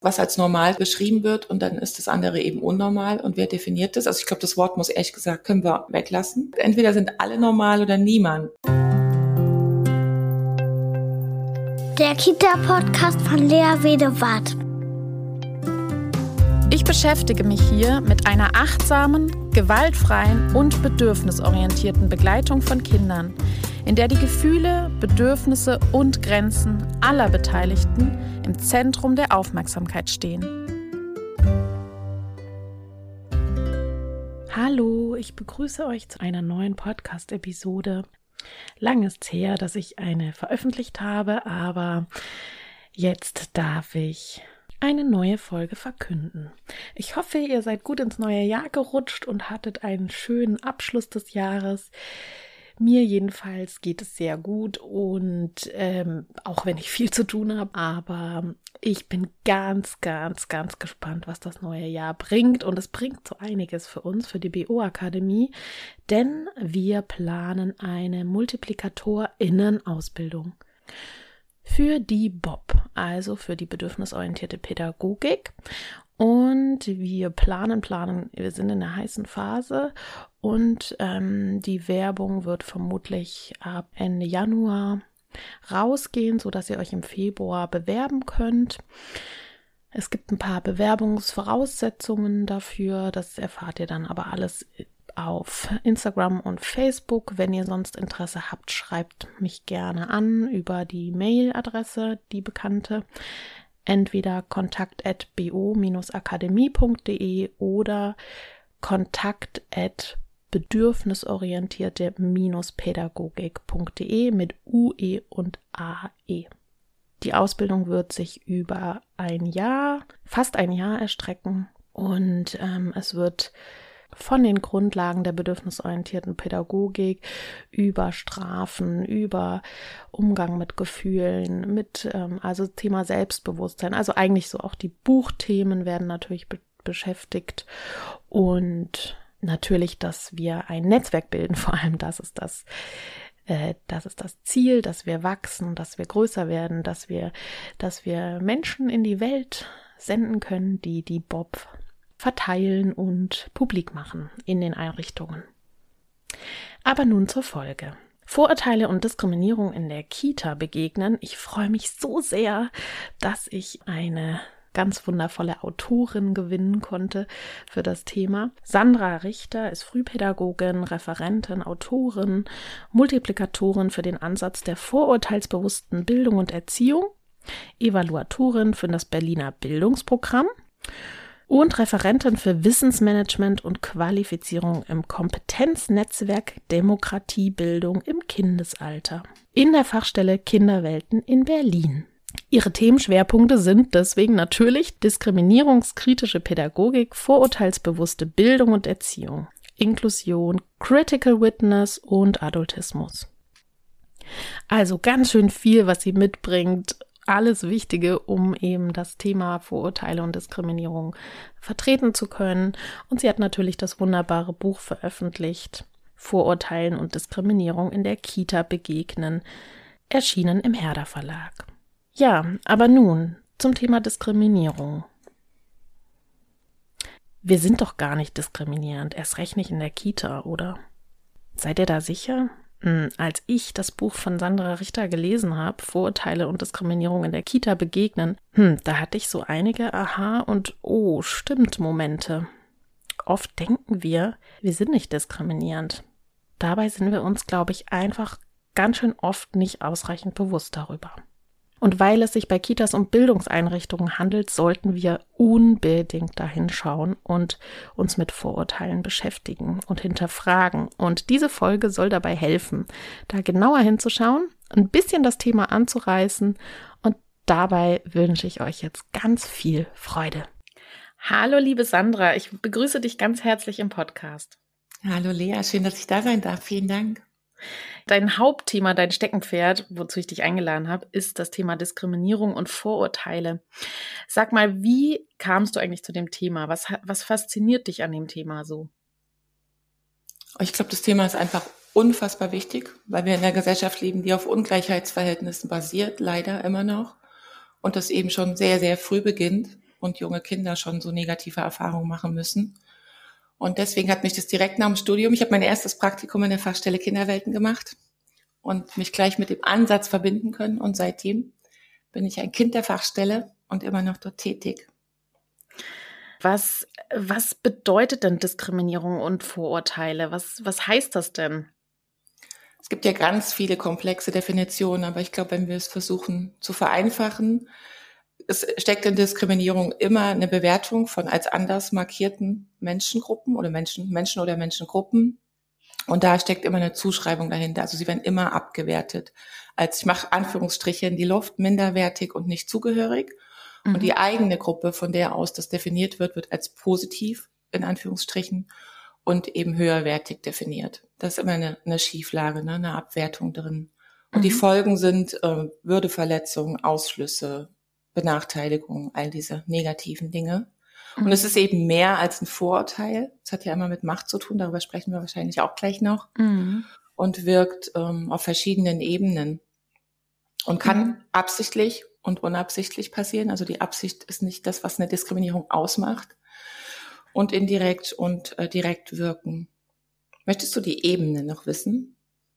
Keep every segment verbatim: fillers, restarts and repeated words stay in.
was als normal beschrieben wird und dann ist das andere eben unnormal und wer definiert das? Also ich glaube, das Wort muss ehrlich gesagt, können wir weglassen. Entweder sind alle normal oder niemand. Der Kita-Podcast von Lea Wedewart. Ich beschäftige mich hier mit einer achtsamen, gewaltfreien und bedürfnisorientierten Begleitung von Kindern, in der die Gefühle, Bedürfnisse und Grenzen aller Beteiligten im Zentrum der Aufmerksamkeit stehen. Hallo, ich begrüße euch zu einer neuen Podcast-Episode. Lang ist her, dass ich eine veröffentlicht habe, aber jetzt darf ich eine neue Folge verkünden. Ich hoffe, ihr seid gut ins neue Jahr gerutscht und hattet einen schönen Abschluss des Jahres. Mir jedenfalls geht es sehr gut und ähm, auch wenn ich viel zu tun habe, aber ich bin ganz, ganz, ganz gespannt, was das neue Jahr bringt und es bringt so einiges für uns, für die B O-Akademie, denn wir planen eine MultiplikatorInnen-Ausbildung für die B O P, also für die bedürfnisorientierte Pädagogik. Und wir planen, planen, wir sind in der heißen Phase und ähm, die Werbung wird vermutlich ab Ende Januar rausgehen, sodass ihr euch im Februar bewerben könnt. Es gibt ein paar Bewerbungsvoraussetzungen dafür, das erfahrt ihr dann aber alles auf Instagram und Facebook. Wenn ihr sonst Interesse habt, schreibt mich gerne an über die Mailadresse, die bekannte. Entweder kontakt at b o akademie punkt d e oder kontakt at bedürfnisorientierte pädagogik punkt d e mit U E und A E. Die Ausbildung wird sich über ein Jahr, fast ein Jahr erstrecken und ähm, es wird von den Grundlagen der bedürfnisorientierten Pädagogik über Strafen, über Umgang mit Gefühlen, mit ähm, also Thema Selbstbewusstsein, also eigentlich so auch die Buchthemen werden natürlich be- beschäftigt und natürlich, dass wir ein Netzwerk bilden, vor allem das ist das, äh, das ist das Ziel, dass wir wachsen, dass wir größer werden, dass wir, dass wir Menschen in die Welt senden können, die die B O P verteilen und publik machen in den Einrichtungen. Aber nun zur Folge. Vorurteile und Diskriminierung in der Kita begegnen. Ich freue mich so sehr, dass ich eine ganz wundervolle Autorin gewinnen konnte für das Thema. Sandra Richter ist Frühpädagogin, Referentin, Autorin, Multiplikatorin für den Ansatz der vorurteilsbewussten Bildung und Erziehung, Evaluatorin für das Berliner Bildungsprogramm und Referentin für Wissensmanagement und Qualifizierung im Kompetenznetzwerk Demokratiebildung im Kindesalter in der Fachstelle Kinderwelten in Berlin. Ihre Themenschwerpunkte sind deswegen natürlich diskriminierungskritische Pädagogik, vorurteilsbewusste Bildung und Erziehung, Inklusion, Critical Witness und Adultismus. Also ganz schön viel, was sie mitbringt. Alles Wichtige, um eben das Thema Vorurteile und Diskriminierung vertreten zu können. Und sie hat natürlich das wunderbare Buch veröffentlicht, Vorurteilen und Diskriminierung in der Kita begegnen, erschienen im Herder Verlag. Ja, aber nun zum Thema Diskriminierung. Wir sind doch gar nicht diskriminierend, erst recht nicht in der Kita, oder? Seid ihr da sicher? Als ich das Buch von Sandra Richter gelesen habe, Vorurteile und Diskriminierung in der Kita begegnen, hm, da hatte ich so einige Aha- und Oh, stimmt Momente. Oft denken wir, wir sind nicht diskriminierend. Dabei sind wir uns, glaube ich, einfach ganz schön oft nicht ausreichend bewusst darüber. Und weil es sich bei Kitas um Bildungseinrichtungen handelt, sollten wir unbedingt dahin schauen und uns mit Vorurteilen beschäftigen und hinterfragen. Und diese Folge soll dabei helfen, da genauer hinzuschauen, ein bisschen das Thema anzureißen. Und dabei wünsche ich euch jetzt ganz viel Freude. Hallo liebe Sandra, ich begrüße dich ganz herzlich im Podcast. Hallo Lea, schön, dass ich da sein darf. Vielen Dank. Dein Hauptthema, dein Steckenpferd, wozu ich dich eingeladen habe, ist das Thema Diskriminierung und Vorurteile. Sag mal, wie kamst du eigentlich zu dem Thema? Was, was fasziniert dich an dem Thema so? Ich glaube, das Thema ist einfach unfassbar wichtig, weil wir in einer Gesellschaft leben, die auf Ungleichheitsverhältnissen basiert, leider immer noch. Und das eben schon sehr, sehr früh beginnt. und junge Kinder schon so negative Erfahrungen machen müssen. Und deswegen hat mich das direkt nach dem Studium, ich habe mein erstes Praktikum in der Fachstelle Kinderwelten gemacht und mich gleich mit dem Ansatz verbinden können. Und seitdem bin ich ein Kind der Fachstelle und immer noch dort tätig. Was, was bedeutet denn Diskriminierung und Vorurteile? Was, was heißt das denn? Es gibt ja ganz viele komplexe Definitionen, aber ich glaube, wenn wir es versuchen zu vereinfachen, es steckt in Diskriminierung immer eine Bewertung von als anders markierten Menschengruppen oder Menschen, Menschen oder Menschengruppen. Und da steckt immer eine Zuschreibung dahinter. Also sie werden immer abgewertet. Als, ich mache Anführungsstriche in die Luft, minderwertig und nicht zugehörig. Mhm. Und die eigene Gruppe, von der aus das definiert wird, wird als positiv, in Anführungsstrichen, und eben höherwertig definiert. Das ist immer eine, eine Schieflage, ne, eine Abwertung drin. Und mhm. die Folgen sind äh, Würdeverletzungen, Ausschlüsse, Benachteiligung, all diese negativen Dinge. Mhm. Und es ist eben mehr als ein Vorurteil. Es hat ja immer mit Macht zu tun, darüber sprechen wir wahrscheinlich auch gleich noch. Mhm. Und wirkt ähm, auf verschiedenen Ebenen. Und kann mhm. absichtlich und unabsichtlich passieren. Also die Absicht ist nicht das, was eine Diskriminierung ausmacht. Und indirekt und äh, direkt wirken. Möchtest du die Ebene noch wissen?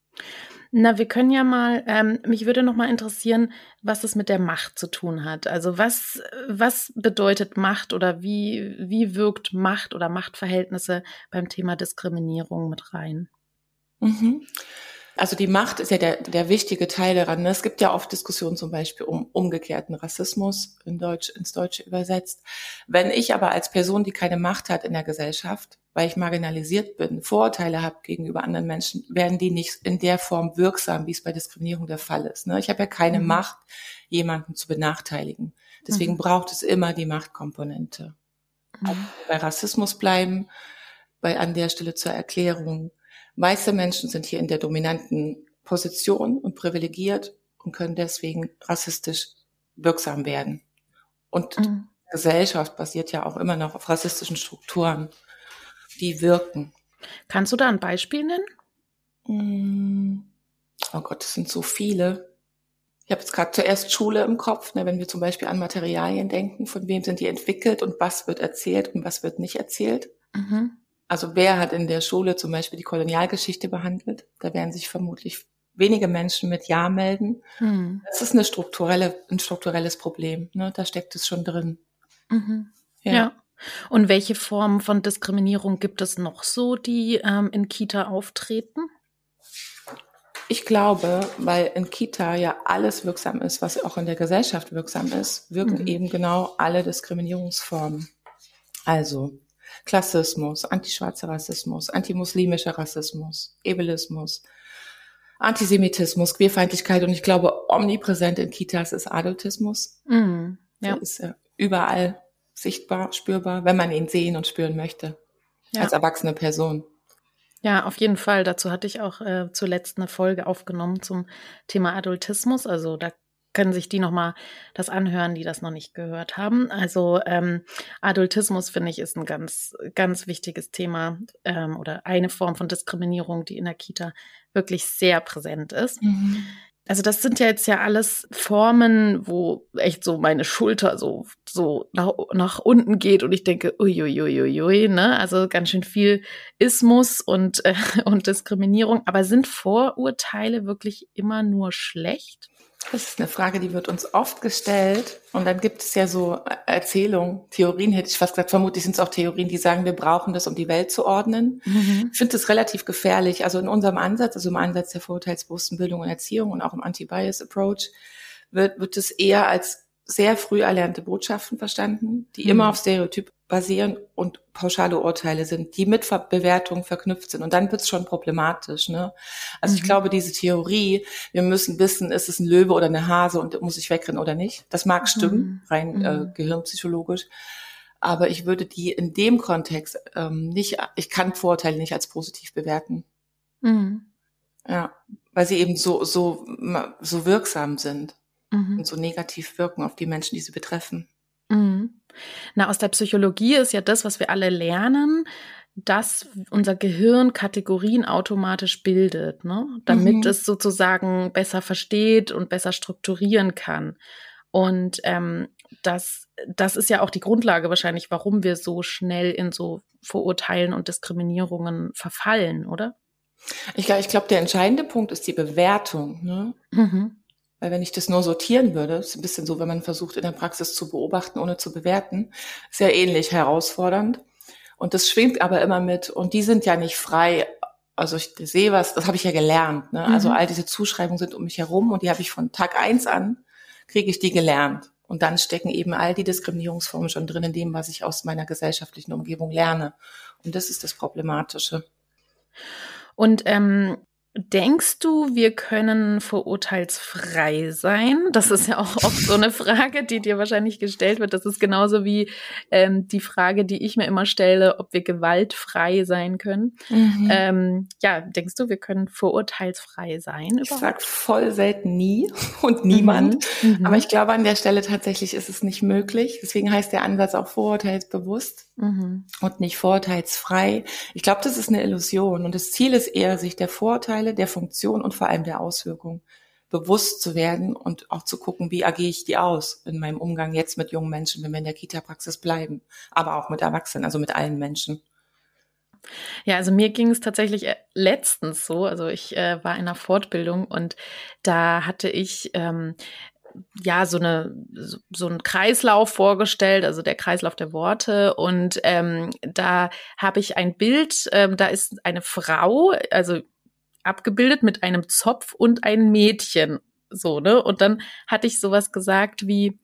Na, wir können ja mal, ähm, mich würde noch mal interessieren, was es mit der Macht zu tun hat. Also was, was bedeutet Macht oder wie, wie wirkt Macht oder Machtverhältnisse beim Thema Diskriminierung mit rein? Mhm. Also die Macht ist ja der, der wichtige Teil daran. Es gibt ja oft Diskussionen zum Beispiel um umgekehrten Rassismus, in Deutsch, ins Deutsche übersetzt. Wenn ich aber als Person, die keine Macht hat in der Gesellschaft, weil ich marginalisiert bin, Vorurteile habe gegenüber anderen Menschen, werden die nicht in der Form wirksam, wie es bei Diskriminierung der Fall ist. Ich habe ja keine mhm. Macht, jemanden zu benachteiligen. Deswegen mhm. braucht es immer die Machtkomponente. Mhm. Also bei Rassismus bleiben, bei an der Stelle zur Erklärung. Weiße Menschen sind hier in der dominanten Position und privilegiert und können deswegen rassistisch wirksam werden. Und mhm. die Gesellschaft basiert ja auch immer noch auf rassistischen Strukturen, die wirken. Kannst du da ein Beispiel nennen? Oh Gott, es sind so viele. Ich habe jetzt gerade zuerst Schule im Kopf, ne, wenn wir zum Beispiel an Materialien denken, von wem sind die entwickelt und was wird erzählt und was wird nicht erzählt. Mhm. Also wer hat in der Schule zum Beispiel die Kolonialgeschichte behandelt? Da werden sich vermutlich wenige Menschen mit Ja melden. Mhm. Das ist eine strukturelle, ein strukturelles Problem. Ne? Da steckt es schon drin. Mhm. Ja. ja. Und welche Formen von Diskriminierung gibt es noch so, die ähm, in Kita auftreten? Ich glaube, weil in Kita ja alles wirksam ist, was auch in der Gesellschaft wirksam ist, wirken mhm. eben genau alle Diskriminierungsformen. Also Klassismus, antischwarzer Rassismus, antimuslimischer Rassismus, Ableismus, Antisemitismus, Queerfeindlichkeit und ich glaube, omnipräsent in Kitas ist Adultismus. Mm, ja. Der ist ja überall sichtbar, spürbar, wenn man ihn sehen und spüren möchte, ja. als erwachsene Person. Ja, auf jeden Fall. Dazu hatte ich auch äh, zuletzt eine Folge aufgenommen zum Thema Adultismus. Also da können sich die nochmal das anhören, die das noch nicht gehört haben. Also ähm, Adultismus, finde ich, ist ein ganz, ganz wichtiges Thema ähm, oder eine Form von Diskriminierung, die in der Kita wirklich sehr präsent ist. Mhm. Also das sind ja jetzt ja alles Formen, wo echt so meine Schulter so so nach, nach unten geht und ich denke, uiuiuiui, ne? Also ganz schön viel Ismus und, äh, und Diskriminierung. Aber sind Vorurteile wirklich immer nur schlecht? Das ist eine Frage, die wird uns oft gestellt. Und dann gibt es ja so Erzählungen, Theorien, hätte ich fast gesagt, vermutlich sind es auch Theorien, die sagen, wir brauchen das, um die Welt zu ordnen. Mhm. Ich finde das relativ gefährlich. Also in unserem Ansatz, also im Ansatz der vorurteilsbewussten Bildung und Erziehung und auch im Anti-Bias-Approach, wird, wird es eher als sehr früh erlernte Botschaften verstanden, die mhm. immer auf Stereotyp basieren und pauschale Urteile sind, die mit Ver- Bewertung verknüpft sind. Und dann wird es schon problematisch. Ne? Also mhm. ich glaube, diese Theorie, wir müssen wissen, ist es ein Löwe oder eine Hase und muss ich wegrennen oder nicht? Das mag stimmen, mhm. rein mhm. äh, gehirnpsychologisch. Aber ich würde die in dem Kontext ähm, nicht, ich kann Vorurteile nicht als positiv bewerten. Mhm. Ja, weil sie eben so, so, so wirksam sind mhm. und so negativ wirken auf die Menschen, die sie betreffen. Mhm. Na, aus der Psychologie ist ja das, was wir alle lernen, dass unser Gehirn Kategorien automatisch bildet, ne? Damit mhm. es sozusagen besser versteht und besser strukturieren kann. Und ähm, das, das ist ja auch die Grundlage wahrscheinlich, warum wir so schnell in so Vorurteilen und Diskriminierungen verfallen, oder? Ich, ich glaube, der entscheidende Punkt ist die Bewertung. Ne? Mhm. Weil wenn ich das nur sortieren würde, ist ein bisschen so, wenn man versucht, in der Praxis zu beobachten, ohne zu bewerten, ist ja ähnlich herausfordernd. Und das schwingt aber immer mit. Und die sind ja nicht frei. Also ich sehe was, das habe ich ja gelernt. Ne? Mhm. Also all diese Zuschreibungen sind um mich herum und die habe ich von Tag eins an, kriege ich die gelernt. Und dann stecken eben all die Diskriminierungsformen schon drin in dem, was ich aus meiner gesellschaftlichen Umgebung lerne. Und das ist das Problematische. Und ähm, denkst du, wir können vorurteilsfrei sein? Das ist ja auch oft so eine Frage, die dir wahrscheinlich gestellt wird. Das ist genauso wie ähm, die Frage, die ich mir immer stelle, ob wir gewaltfrei sein können. Mhm. Ähm, ja, denkst du, wir können vorurteilsfrei sein überhaupt? Ich sag voll selten nie und niemand. Mhm. Aber ich glaube, an der Stelle tatsächlich ist es nicht möglich. Deswegen heißt der Ansatz auch vorurteilsbewusst mhm. und nicht vorurteilsfrei. Ich glaube, das ist eine Illusion. Und das Ziel ist eher, sich der Vorurteile, der Funktion und vor allem der Auswirkung bewusst zu werden und auch zu gucken, wie agiere ich die aus in meinem Umgang jetzt mit jungen Menschen, wenn wir in der Kita-Praxis bleiben, aber auch mit Erwachsenen, also mit allen Menschen. Ja, also mir ging es tatsächlich letztens so, also ich äh, war in einer Fortbildung und da hatte ich ähm, ja so eine so, so einen Kreislauf vorgestellt, also der Kreislauf der Worte und ähm, da habe ich ein Bild, ähm, da ist eine Frau, also abgebildet mit einem Zopf und ein Mädchen, so, ne? Und dann hatte ich sowas gesagt wie,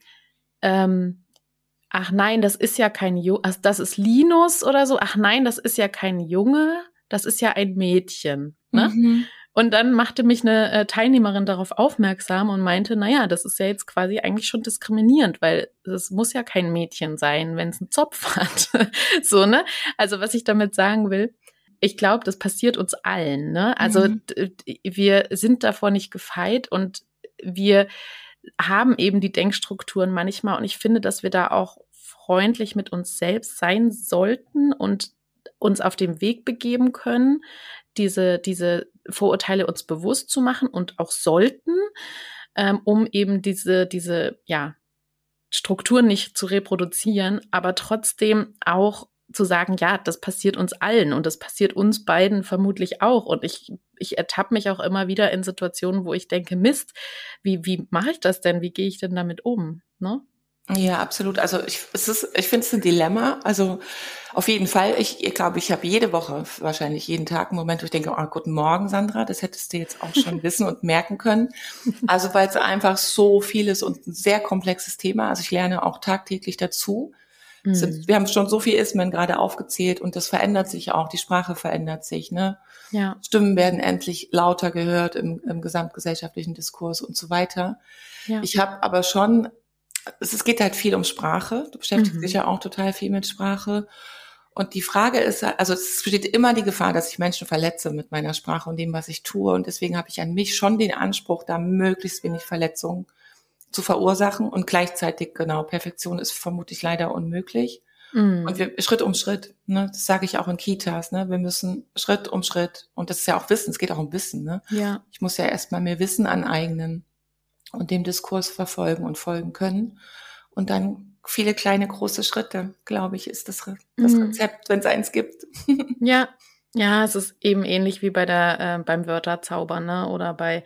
ähm, ach nein, das ist ja kein Junge, also das ist Linus oder so, ach nein, das ist ja kein Junge, das ist ja ein Mädchen, ne? Mhm. Und dann machte mich eine äh, Teilnehmerin darauf aufmerksam und meinte, naja, das ist ja jetzt quasi eigentlich schon diskriminierend, weil es muss ja kein Mädchen sein, wenn es einen Zopf hat, so, ne? Also was ich damit sagen will, ich glaube, das passiert uns allen, ne? Also mhm. d- wir sind davor nicht gefeit und wir haben eben die Denkstrukturen manchmal und ich finde, dass wir da auch freundlich mit uns selbst sein sollten und uns auf den Weg begeben können, diese, diese Vorurteile uns bewusst zu machen und auch sollten, ähm, um eben diese, diese, ja, Strukturen nicht zu reproduzieren, aber trotzdem auch zu sagen, ja, das passiert uns allen und das passiert uns beiden vermutlich auch. Und ich, ich ertappe mich auch immer wieder in Situationen, wo ich denke, Mist, wie, wie mache ich das denn? Wie gehe ich denn damit um? Ne? Ja, absolut. Also ich, es ist, ich finde es ein Dilemma. Also auf jeden Fall. Ich, ich glaube, ich habe jede Woche, wahrscheinlich jeden Tag einen Moment, wo ich denke, oh, guten Morgen, Sandra, das hättest du jetzt auch schon wissen und merken können. Also weil es einfach so viel ist und ein sehr komplexes Thema. Also ich lerne auch tagtäglich dazu. Mhm. Wir haben schon so viel Ismen gerade aufgezählt und das verändert sich auch. Die Sprache verändert sich. Ne? Ja. Stimmen werden endlich lauter gehört im, im gesamtgesellschaftlichen Diskurs und so weiter. Ja. Ich habe aber schon, es, es geht halt viel um Sprache. Du beschäftigst mhm. dich ja auch total viel mit Sprache. Und die Frage ist, also es besteht immer die Gefahr, dass ich Menschen verletze mit meiner Sprache und dem, was ich tue. Und deswegen habe ich an mich schon den Anspruch, da möglichst wenig Verletzungen zu verursachen und gleichzeitig, genau, Perfektion ist vermutlich leider unmöglich. Mm. Und wir Schritt um Schritt, ne, das sage ich auch in Kitas, ne, wir müssen Schritt um Schritt, und das ist ja auch Wissen, es geht auch um Wissen, ne. Ja. Ich muss ja erstmal mehr Wissen aneignen und dem Diskurs verfolgen und folgen können. Und dann viele kleine, große Schritte, glaube ich, ist das, Re- das mm. Rezept, wenn es eins gibt. Ja, ja, es ist eben ähnlich wie bei der, äh, beim Wörterzaubern, ne, oder bei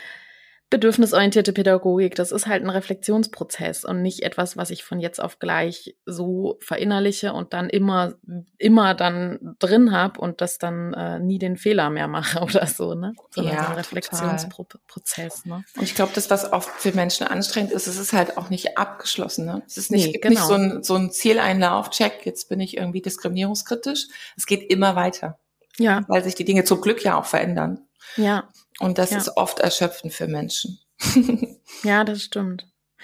bedürfnisorientierte Pädagogik, das ist halt ein Reflexionsprozess und nicht etwas, was ich von jetzt auf gleich so verinnerliche und dann immer immer dann drin habe und das dann äh, nie den Fehler mehr mache oder so, ne? Sondern ja, so ein Reflexionsprozess, ne? Und ich glaube, das, was oft für Menschen anstrengend ist, es ist halt auch nicht abgeschlossen, ne? Es ist nicht, nee, gibt genau. nicht so ein, so ein Zieleinlauf, check, jetzt bin ich irgendwie diskriminierungskritisch. Es geht immer weiter. Ja. Weil sich die Dinge zum Glück ja auch verändern. Ja. Und das ja. ist oft erschöpfend für Menschen. Ja, das stimmt.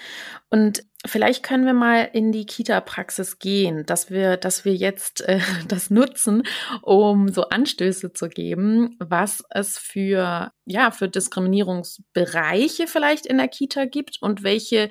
Und vielleicht können wir mal in die Kita-Praxis gehen, dass wir, dass wir jetzt äh, das nutzen, um so Anstöße zu geben, was es für, ja, für Diskriminierungsbereiche vielleicht in der Kita gibt und welche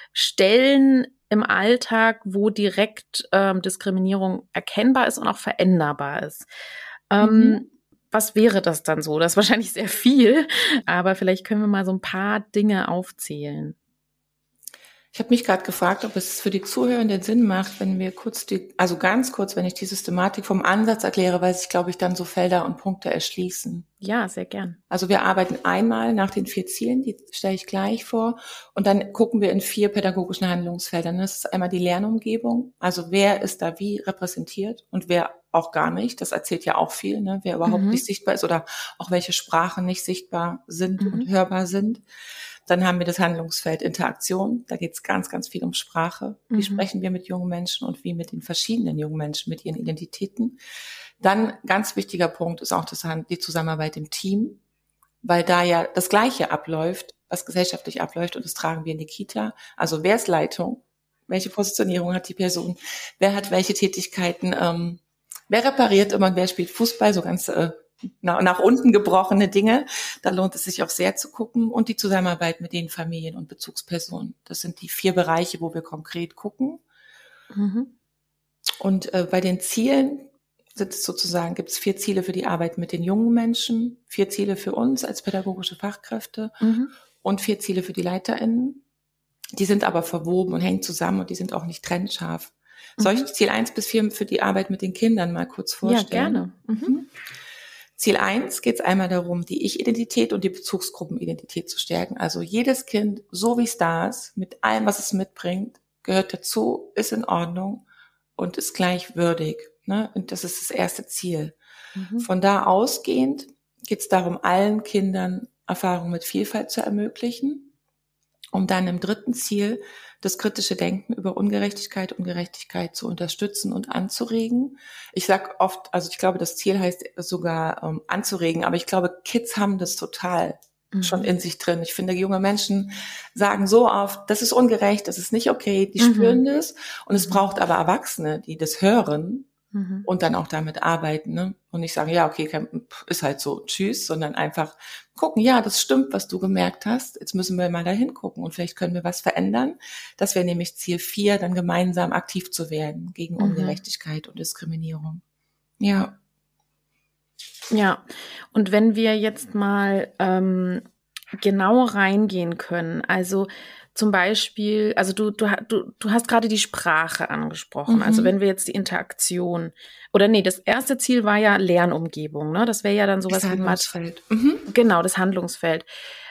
Stellen im Alltag, wo direkt ähm, Diskriminierung erkennbar ist und auch veränderbar ist. Ähm, mhm. Was wäre das dann so? Das ist wahrscheinlich sehr viel, aber vielleicht können wir mal so ein paar Dinge aufzählen. Ich habe mich gerade gefragt, ob es für die Zuhörenden Sinn macht, wenn wir kurz die, also ganz kurz, wenn ich die Systematik vom Ansatz erkläre, weil sich, glaube ich, dann so Felder und Punkte erschließen. Ja, sehr gern. Also wir arbeiten einmal nach den vier Zielen, die stelle ich gleich vor, und dann gucken wir in vier pädagogischen Handlungsfeldern. Das ist einmal die Lernumgebung, also wer ist da wie repräsentiert und wer auch gar nicht. Das erzählt ja auch viel, ne? Wer überhaupt mhm. nicht sichtbar ist oder auch welche Sprachen nicht sichtbar sind mhm. und hörbar sind. Dann haben wir das Handlungsfeld Interaktion. Da geht es ganz, ganz viel um Sprache. Wie mhm. sprechen wir mit jungen Menschen und wie mit den verschiedenen jungen Menschen, mit ihren Identitäten. Dann ganz wichtiger Punkt ist auch das, die Zusammenarbeit im Team, weil da ja das Gleiche abläuft, was gesellschaftlich abläuft, und das tragen wir in die Kita. Also wer ist Leitung? Welche Positionierung hat die Person? Wer hat welche Tätigkeiten? Ähm, wer repariert immer und wer spielt Fußball? So ganz äh, nach, nach unten gebrochene Dinge. Da lohnt es sich auch sehr zu gucken. Und die Zusammenarbeit mit den Familien und Bezugspersonen. Das sind die vier Bereiche, wo wir konkret gucken. Mhm. Und äh, bei den Zielen sind es sozusagen, gibt es vier Ziele für die Arbeit mit den jungen Menschen, vier Ziele für uns als pädagogische Fachkräfte mhm. und vier Ziele für die LeiterInnen. Die sind aber verwoben und hängen zusammen und die sind auch nicht trennscharf. Mhm. Soll ich Ziel eins bis vier für die Arbeit mit den Kindern mal kurz vorstellen? Ja, gerne. Mhm. Ziel eins geht es einmal darum, die Ich-Identität und die Bezugsgruppenidentität zu stärken. Also jedes Kind, so wie es da ist, mit allem, was es mitbringt, gehört dazu, ist in Ordnung und ist gleichwürdig. Ne? Und das ist das erste Ziel. Mhm. Von da ausgehend geht es darum, allen Kindern Erfahrung mit Vielfalt zu ermöglichen, um dann im dritten Ziel das kritische Denken über Ungerechtigkeit und Gerechtigkeit zu unterstützen und anzuregen. Ich sag oft, also ich glaube, das Ziel heißt sogar ähm, anzuregen, aber ich glaube, Kids haben das total mhm. schon in sich drin. Ich finde, junge Menschen sagen so oft, das ist ungerecht, das ist nicht okay, die mhm. spüren das, und es braucht aber Erwachsene, die das hören mhm. und dann auch damit arbeiten, ne? Und nicht sagen, ja, okay, ist halt so, tschüss, sondern einfach gucken, ja, das stimmt, was du gemerkt hast, jetzt müssen wir mal da hingucken und vielleicht können wir was verändern. Das wäre nämlich Ziel vier, dann gemeinsam aktiv zu werden gegen mhm. Ungerechtigkeit und Diskriminierung. Ja. Ja, und wenn wir jetzt mal ähm, genau reingehen können, also zum Beispiel, also du du du du hast gerade die Sprache angesprochen. Mhm. Also wenn wir jetzt die Interaktion, oder nee, das erste Ziel war ja Lernumgebung, ne? Das wäre ja dann sowas das wie Handlungsfeld. Mhm. Genau, das Handlungsfeld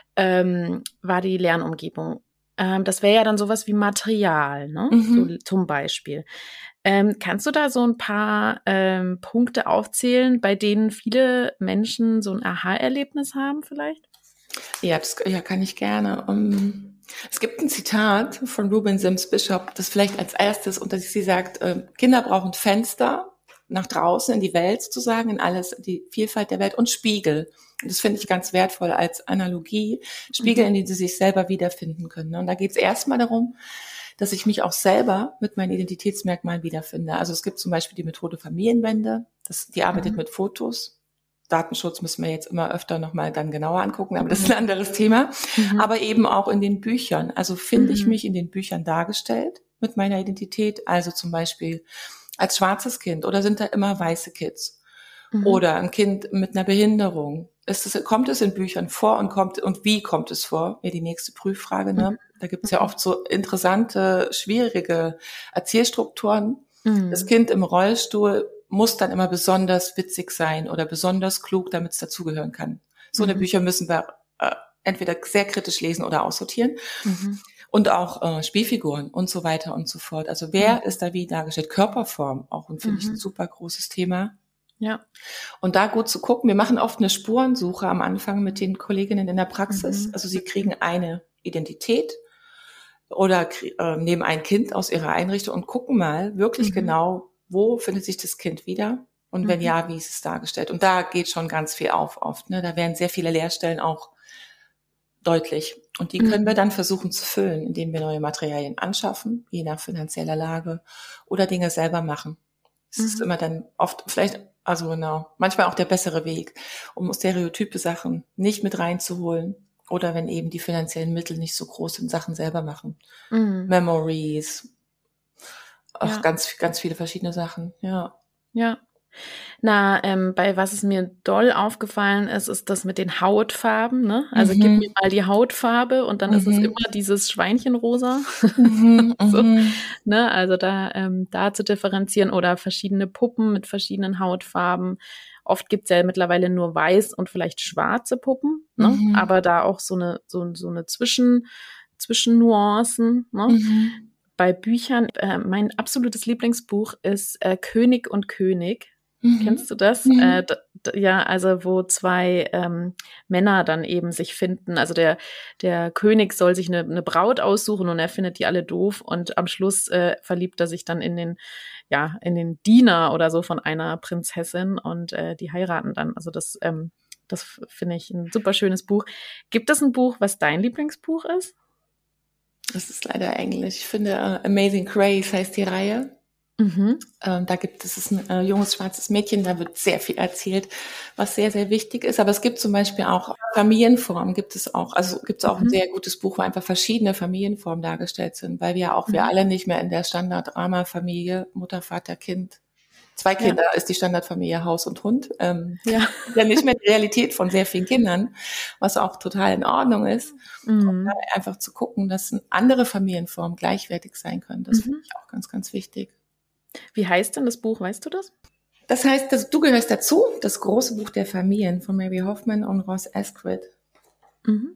ähm, war die Lernumgebung. Ähm, das wäre ja dann sowas wie Material, ne? Mhm. So, zum Beispiel. Ähm, kannst du da so ein paar ähm, Punkte aufzählen, bei denen viele Menschen so ein Aha-Erlebnis haben vielleicht? Ja, das ja, kann ich gerne. Um Es gibt ein Zitat von Ruben Sims Bishop, das vielleicht als erstes, und das sie sagt, äh, Kinder brauchen Fenster nach draußen in die Welt sozusagen, in alles, die Vielfalt der Welt, und Spiegel. Und das finde ich ganz wertvoll als Analogie. Spiegel, mhm. in denen sie sich selber wiederfinden können. Und da geht es erstmal darum, dass ich mich auch selber mit meinen Identitätsmerkmalen wiederfinde. Also es gibt zum Beispiel die Methode Familienwende, das, die arbeitet mhm. mit Fotos. Datenschutz müssen wir jetzt immer öfter nochmal dann genauer angucken, aber das ist ein anderes Thema. Mhm. Aber eben auch in den Büchern. Also finde mhm. ich mich in den Büchern dargestellt mit meiner Identität, also zum Beispiel als schwarzes Kind, oder sind da immer weiße Kids? Mhm. Oder ein Kind mit einer Behinderung. Ist es, kommt es in Büchern vor und kommt und wie kommt es vor? Wäre die nächste Prüffrage. Ne? Mhm. Da gibt es ja oft so interessante, schwierige Erzählstrukturen. Mhm. Das Kind im Rollstuhl muss dann immer besonders witzig sein oder besonders klug, damit es dazugehören kann. So mhm. eine Bücher müssen wir äh, entweder sehr kritisch lesen oder aussortieren. Mhm. Und auch äh, Spielfiguren und so weiter und so fort. Also wer mhm. ist da wie dargestellt? Körperform, auch und finde mhm. ich ein super großes Thema. Ja. Und da gut zu gucken. Wir machen oft eine Spurensuche am Anfang mit den Kolleginnen in der Praxis. Mhm. Also sie kriegen eine Identität oder äh, nehmen ein Kind aus ihrer Einrichtung und gucken mal wirklich mhm. genau, wo findet sich das Kind wieder? Und wenn mhm. ja, wie ist es dargestellt? Und da geht schon ganz viel auf oft. Ne? Da werden sehr viele Leerstellen auch deutlich. Und die können mhm. wir dann versuchen zu füllen, indem wir neue Materialien anschaffen, je nach finanzieller Lage, oder Dinge selber machen. Das mhm. ist immer dann oft vielleicht, also genau, manchmal auch der bessere Weg, um stereotype Sachen nicht mit reinzuholen. Oder wenn eben die finanziellen Mittel nicht so groß sind, Sachen selber machen. Mhm. Memories, auch ja. ganz, ganz viele verschiedene Sachen, ja. Ja. Na, ähm, bei was es mir doll aufgefallen ist, ist das mit den Hautfarben, ne? Also Mhm. gib mir mal die Hautfarbe und dann Mhm. ist es immer dieses Schweinchenrosa. Mhm. So, Mhm. ne? Also da, ähm, da zu differenzieren oder verschiedene Puppen mit verschiedenen Hautfarben. Oft gibt's ja mittlerweile nur weiß und vielleicht schwarze Puppen, ne? Mhm. Aber da auch so eine, so, so eine Zwischen, Zwischennuancen, ne? Mhm. Bei Büchern, äh, mein absolutes Lieblingsbuch ist äh, König und König. Mhm. Kennst du das? Mhm. Äh, d- d- ja, also wo zwei ähm, Männer dann eben sich finden. Also der, der König soll sich eine, eine Braut aussuchen und er findet die alle doof und am Schluss äh, verliebt er sich dann in den, ja, in den Diener oder so von einer Prinzessin und äh, die heiraten dann. Also das, ähm, das f- finde ich ein super schönes Buch. Gibt es ein Buch, was dein Lieblingsbuch ist? Das ist leider Englisch. Ich finde, äh, Amazing Grace heißt die Reihe. Mhm. Ähm, da gibt es, es ist ein äh, junges schwarzes Mädchen, da wird sehr viel erzählt, was sehr, sehr wichtig ist. Aber es gibt zum Beispiel auch Familienformen, gibt es auch. Also gibt es auch ein Mhm. sehr gutes Buch, wo einfach verschiedene Familienformen dargestellt sind, weil wir ja auch, wir Mhm. alle nicht mehr in der Standard-Drama-Familie, Mutter, Vater, Kind. Zwei Ja. Kinder ist die Standardfamilie, Haus und Hund. Ähm, Ja. ja nicht mehr die Realität von sehr vielen Kindern, was auch total in Ordnung ist. Mhm. Einfach zu gucken, dass andere Familienformen gleichwertig sein können. Das Mhm. finde ich auch ganz, ganz wichtig. Wie heißt denn das Buch, weißt du das? Das heißt, dass du gehörst dazu, das große Buch der Familien von Mary Hoffman und Ross Asquith. Mhm.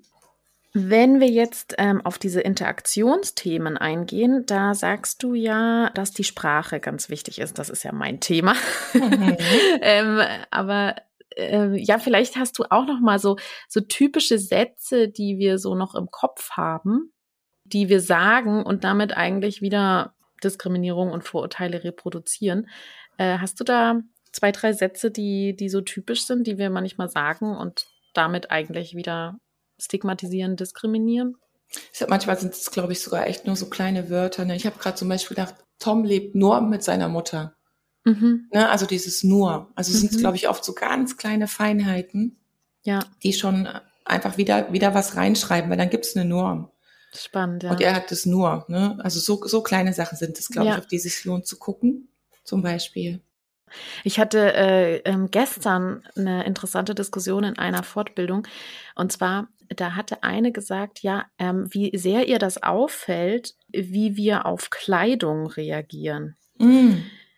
Wenn wir jetzt ähm, auf diese Interaktionsthemen eingehen, da sagst du ja, dass die Sprache ganz wichtig ist. Das ist ja mein Thema. Mhm. ähm, aber äh, ja, vielleicht hast du auch noch mal so, so typische Sätze, die wir so noch im Kopf haben, die wir sagen und damit eigentlich wieder Diskriminierung und Vorurteile reproduzieren. Äh, hast du da zwei, drei Sätze, die, die so typisch sind, die wir manchmal sagen und damit eigentlich wieder stigmatisieren, diskriminieren? Ich sag, manchmal sind es, glaube ich, sogar echt nur so kleine Wörter. Ne? Ich habe gerade zum Beispiel gedacht, Tom lebt nur mit seiner Mutter. Mhm. Ne? Also dieses nur. Also Mhm. sind es, glaube ich, oft so ganz kleine Feinheiten, Ja, die schon einfach wieder, wieder was reinschreiben, weil dann gibt es eine Norm. spannend, ja. Und er hat es nur. Ne? Also so, so kleine Sachen sind es, glaube Ja. ich, auf die es sich lohnt zu gucken. Zum Beispiel. Ich hatte äh, ähm, gestern eine interessante Diskussion in einer Fortbildung. Und zwar, da hatte eine gesagt, ja, ähm, wie sehr ihr das auffällt, wie wir auf Kleidung reagieren. Mm.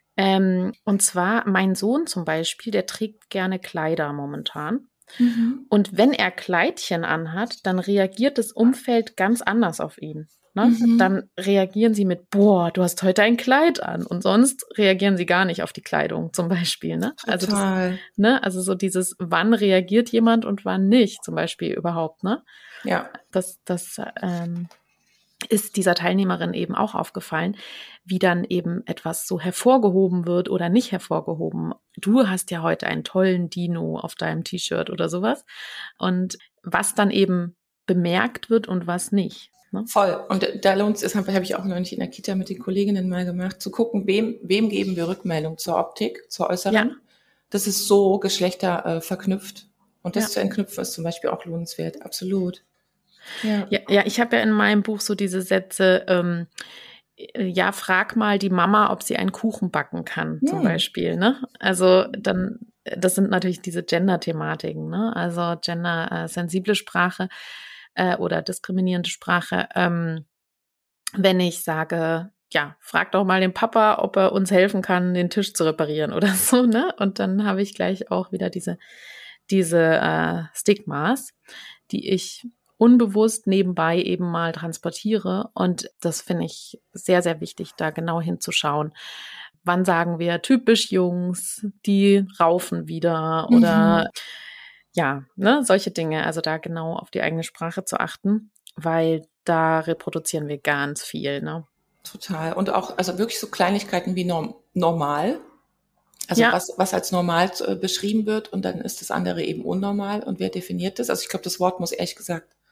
Ähm, und zwar mein Sohn zum Beispiel, der trägt gerne Kleider momentan. Mhm. Und wenn er Kleidchen anhat, dann reagiert das Umfeld ganz anders auf ihn. Ne? Mhm. Dann reagieren sie mit, boah, du hast heute ein Kleid an. Und sonst reagieren sie gar nicht auf die Kleidung zum Beispiel. Ne? Also, das, Total. ne? Also so dieses, wann reagiert jemand und wann nicht zum Beispiel überhaupt. Ne? Ja. Das, das ähm, ist dieser Teilnehmerin eben auch aufgefallen, wie dann eben etwas so hervorgehoben wird oder nicht hervorgehoben. Du hast ja heute einen tollen Dino auf deinem T-Shirt oder sowas. Und was dann eben bemerkt wird und was nicht. Ne? Voll. Und da lohnt es, das habe hab ich auch noch nicht in der Kita mit den Kolleginnen mal gemacht, zu gucken, wem, wem geben wir Rückmeldung zur Optik, zur Äußeren. Ja. Das ist so Geschlechter äh, verknüpft. Und das Ja. zu entknüpfen ist zum Beispiel auch lohnenswert. Absolut. Ja. Ja, ja, ich habe ja in meinem Buch so diese Sätze, ähm, ja, frag mal die Mama, ob sie einen Kuchen backen kann, zum Hm. Beispiel. Ne? Also dann, das sind natürlich diese Gender-Thematiken, ne? Also gendersensible Sprache äh, oder diskriminierende Sprache. Ähm, wenn ich sage, ja, frag doch mal den Papa, ob er uns helfen kann, den Tisch zu reparieren oder so, ne? Und dann habe ich gleich auch wieder diese, diese äh, Stigmas, die ich unbewusst nebenbei eben mal transportiere. Und das finde ich sehr, sehr wichtig, da genau hinzuschauen. Wann sagen wir typisch Jungs, die raufen wieder oder Mhm. ja, ne, solche Dinge. Also da genau auf die eigene Sprache zu achten, weil da reproduzieren wir ganz viel, ne? Total. Und auch, also wirklich so Kleinigkeiten wie norm, normal. Also Ja. was, was als normal äh, beschrieben wird und dann ist das andere eben unnormal und wer definiert das? Also ich glaube, das Wort muss ehrlich gesagt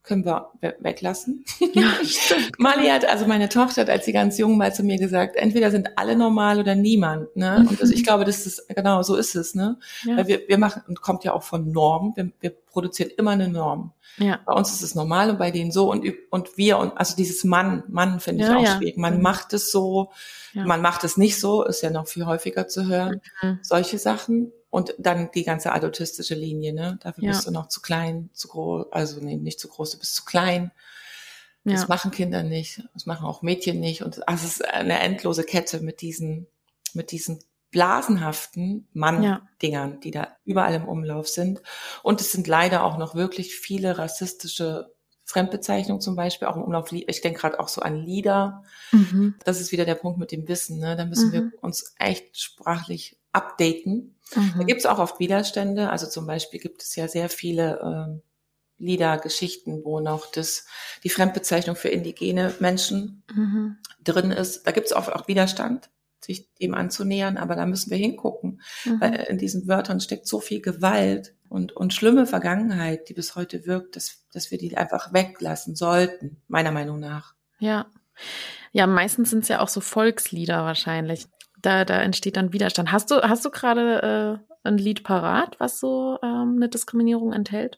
können wir we- weglassen. Ja, Mali hat, also meine Tochter hat, als sie ganz jung war, zu mir gesagt, entweder sind alle normal oder niemand, ne? Und das, ich glaube, das ist, genau, so ist es, ne? Ja. Weil wir, wir machen, und kommt ja auch von Norm, wir, wir produzieren immer eine Norm. Ja. Bei uns ist es normal und bei denen so und, und wir und, also dieses Mann, Mann finde ich Ja, auch ja. schwierig. Man Mhm. macht es so, Ja. man macht es nicht so, ist ja noch viel häufiger zu hören. Mhm. Solche Sachen. Und dann die ganze adultistische Linie, ne? Dafür Ja. bist du noch zu klein, zu groß, also nee, nicht zu groß, du bist zu klein. Das Ja. machen Kinder nicht, das machen auch Mädchen nicht. Und also es ist eine endlose Kette mit diesen, mit diesen blasenhaften Mann-Dingern, die da überall im Umlauf sind. Und es sind leider auch noch wirklich viele rassistische Fremdbezeichnungen zum Beispiel, auch im Umlauf. Ich denke gerade auch so an Lieder. Mhm. Das ist wieder der Punkt mit dem Wissen, ne? Da müssen Mhm. wir uns echt sprachlich updaten. Da Mhm. gibt es auch oft Widerstände. Also zum Beispiel gibt es ja sehr viele ähm, Lieder, Geschichten, wo noch das, die Fremdbezeichnung für indigene Menschen Mhm. drin ist. Da gibt es oft auch Widerstand, sich dem anzunähern, aber da müssen wir hingucken. Mhm. Weil in diesen Wörtern steckt so viel Gewalt und, und schlimme Vergangenheit, die bis heute wirkt, dass, dass wir die einfach weglassen sollten, meiner Meinung nach. Ja. Ja, meistens sind es ja auch so Volkslieder wahrscheinlich. Da, da entsteht dann Widerstand. Hast du, hast du gerade äh, ein Lied parat, was so ähm, eine Diskriminierung enthält?